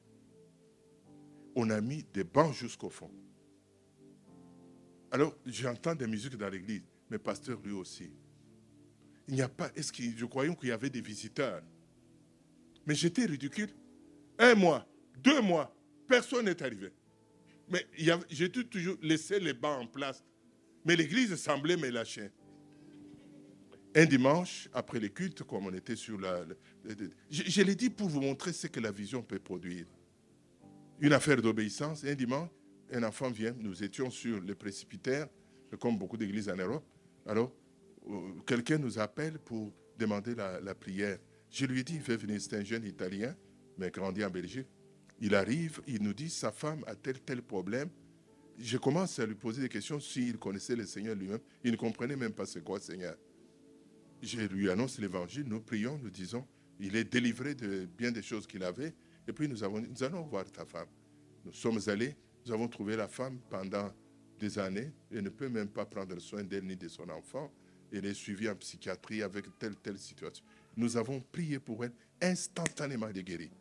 On a mis des bancs jusqu'au fond. Alors, j'entends des musiques dans l'église. Mais pasteur, lui aussi. Il n'y a pas... je croyais qu'il y avait des visiteurs. Mais j'étais ridicule. 1 mois, 2 mois, personne n'est arrivé. Mais j'ai toujours laissé les bancs en place. Mais l'église semblait me lâcher. Un dimanche, après le culte, comme on était sur je l'ai dit pour vous montrer ce que la vision peut produire. Une affaire d'obéissance. Un dimanche, un enfant vient. Nous étions sur le précipitaire, comme beaucoup d'églises en Europe. Alors, quelqu'un nous appelle pour demander la prière. Je lui ai dit, il fait venir, c'est un jeune Italien, mais grandi en Belgique. Il arrive, il nous dit, sa femme a tel problème. Je commence à lui poser des questions s'il connaissait le Seigneur lui-même. Il ne comprenait même pas c'est quoi Seigneur. Je lui annonce l'évangile, nous prions, nous disons, il est délivré de bien des choses qu'il avait. Et puis nous allons voir ta femme. Nous sommes allés, nous avons trouvé la femme pendant des années. Elle ne peut même pas prendre soin d'elle ni de son enfant. Elle est suivie en psychiatrie avec telle situation. Nous avons prié pour elle, instantanément elle est guérie.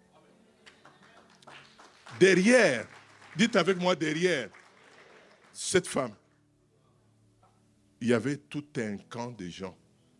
Derrière, dites avec moi derrière, cette femme, il y avait tout un camp de gens.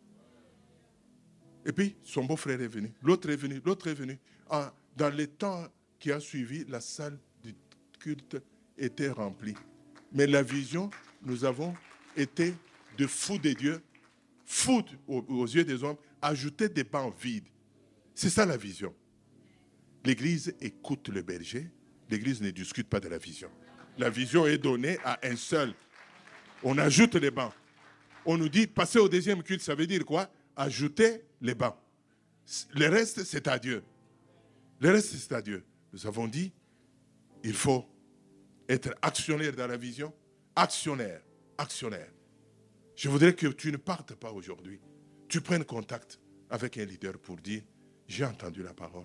Et puis, son beau-frère est venu, l'autre est venu, l'autre est venu. Dans les temps qui a suivi, la salle du culte était remplie. Mais la vision, nous avons été de fous de Dieu, fous aux yeux des hommes, ajouter des bancs vides. C'est ça la vision. L'Église écoute le berger. L'Église ne discute pas de la vision. La vision est donnée à un seul. On ajoute les bancs. On nous dit, passer au deuxième culte, ça veut dire quoi? Ajouter les bancs. Le reste, c'est à Dieu. Le reste, c'est à Dieu. Nous avons dit, il faut être actionnaire dans la vision. Actionnaire. Actionnaire. Je voudrais que tu ne partes pas aujourd'hui. Tu prennes contact avec un leader pour dire, j'ai entendu la parole.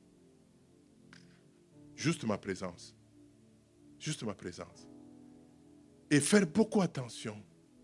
Juste ma présence. Juste ma présence. Et faire beaucoup attention.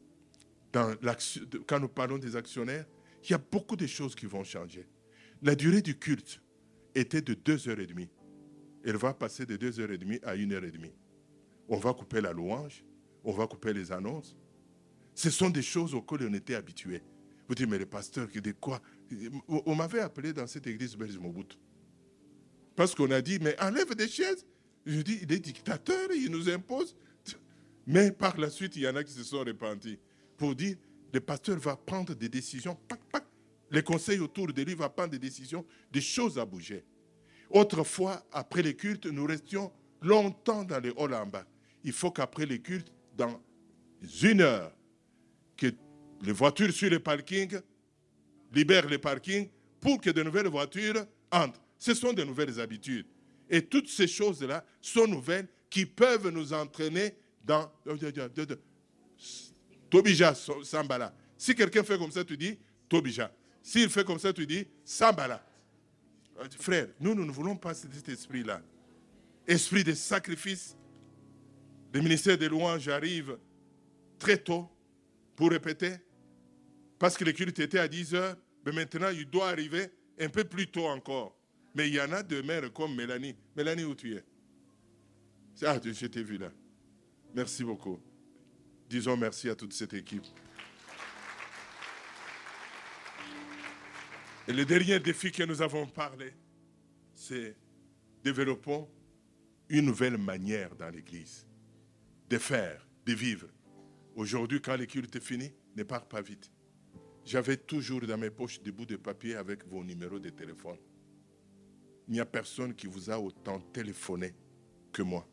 Quand nous parlons des actionnaires, il y a beaucoup de choses qui vont changer. La durée du culte était de 2h30. Elle va passer de 2h30 à 1h30. On va couper la louange. on va couper les annonces. Ce sont des choses auxquelles on était habitués. Vous dites, mais le pasteur, de quoi? On m'avait appelé dans cette église belge Mobutu. Parce qu'on a dit, mais enlève des chaises. Je dis, il est dictateur, il nous impose. Mais par la suite, il y en a qui se sont repentis pour dire, le pasteur va prendre des décisions, pac, pac. Les conseils autour de lui vont prendre des décisions, des choses à bouger. Autrefois, après les cultes, nous restions longtemps dans les halls en bas. Il faut qu'après les cultes, dans 1 heure, que les voitures sur les parkings libèrent les parkings pour que de nouvelles voitures entrent. Ce sont de nouvelles habitudes. Et toutes ces choses-là sont nouvelles qui peuvent nous entraîner dans Tobija Sambala. Si quelqu'un fait comme ça, tu dis Tobija. S'il fait comme ça, tu dis Sambala. Frère, nous ne voulons pas cet esprit-là. Esprit de sacrifice. Le ministère des louanges arrive très tôt pour répéter. Parce que le culte était à 10 heures, mais maintenant il doit arriver un peu plus tôt encore. Mais il y en a de mères comme Mélanie. Mélanie, où tu es? Ah, je t'ai vu là. Merci beaucoup. Disons merci à toute cette équipe. Et le dernier défi que nous avons parlé, c'est développons une nouvelle manière dans l'Église de faire, de vivre. Aujourd'hui, quand le culte est fini, ne pars pas vite. J'avais toujours dans mes poches des bouts de papier avec vos numéros de téléphone. Il n'y a personne qui vous a autant téléphoné que moi.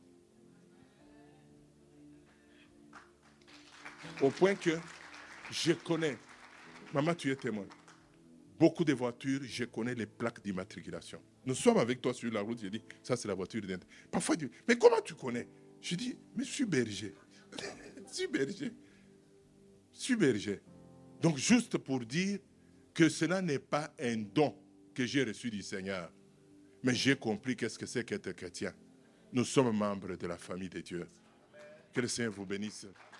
Au point que je connais, maman, tu es témoin, beaucoup de voitures, je connais les plaques d'immatriculation. Nous sommes avec toi sur la route, je dis, ça c'est la voiture d'Inde. Parfois, tu dis, mais comment tu connais? Je dis, mais je suis berger. Je suis berger. Je suis berger. Donc, juste pour dire que cela n'est pas un don que j'ai reçu du Seigneur, mais j'ai compris qu'est-ce que c'est qu'être chrétien. Nous sommes membres de la famille de Dieu. Que le Seigneur vous bénisse.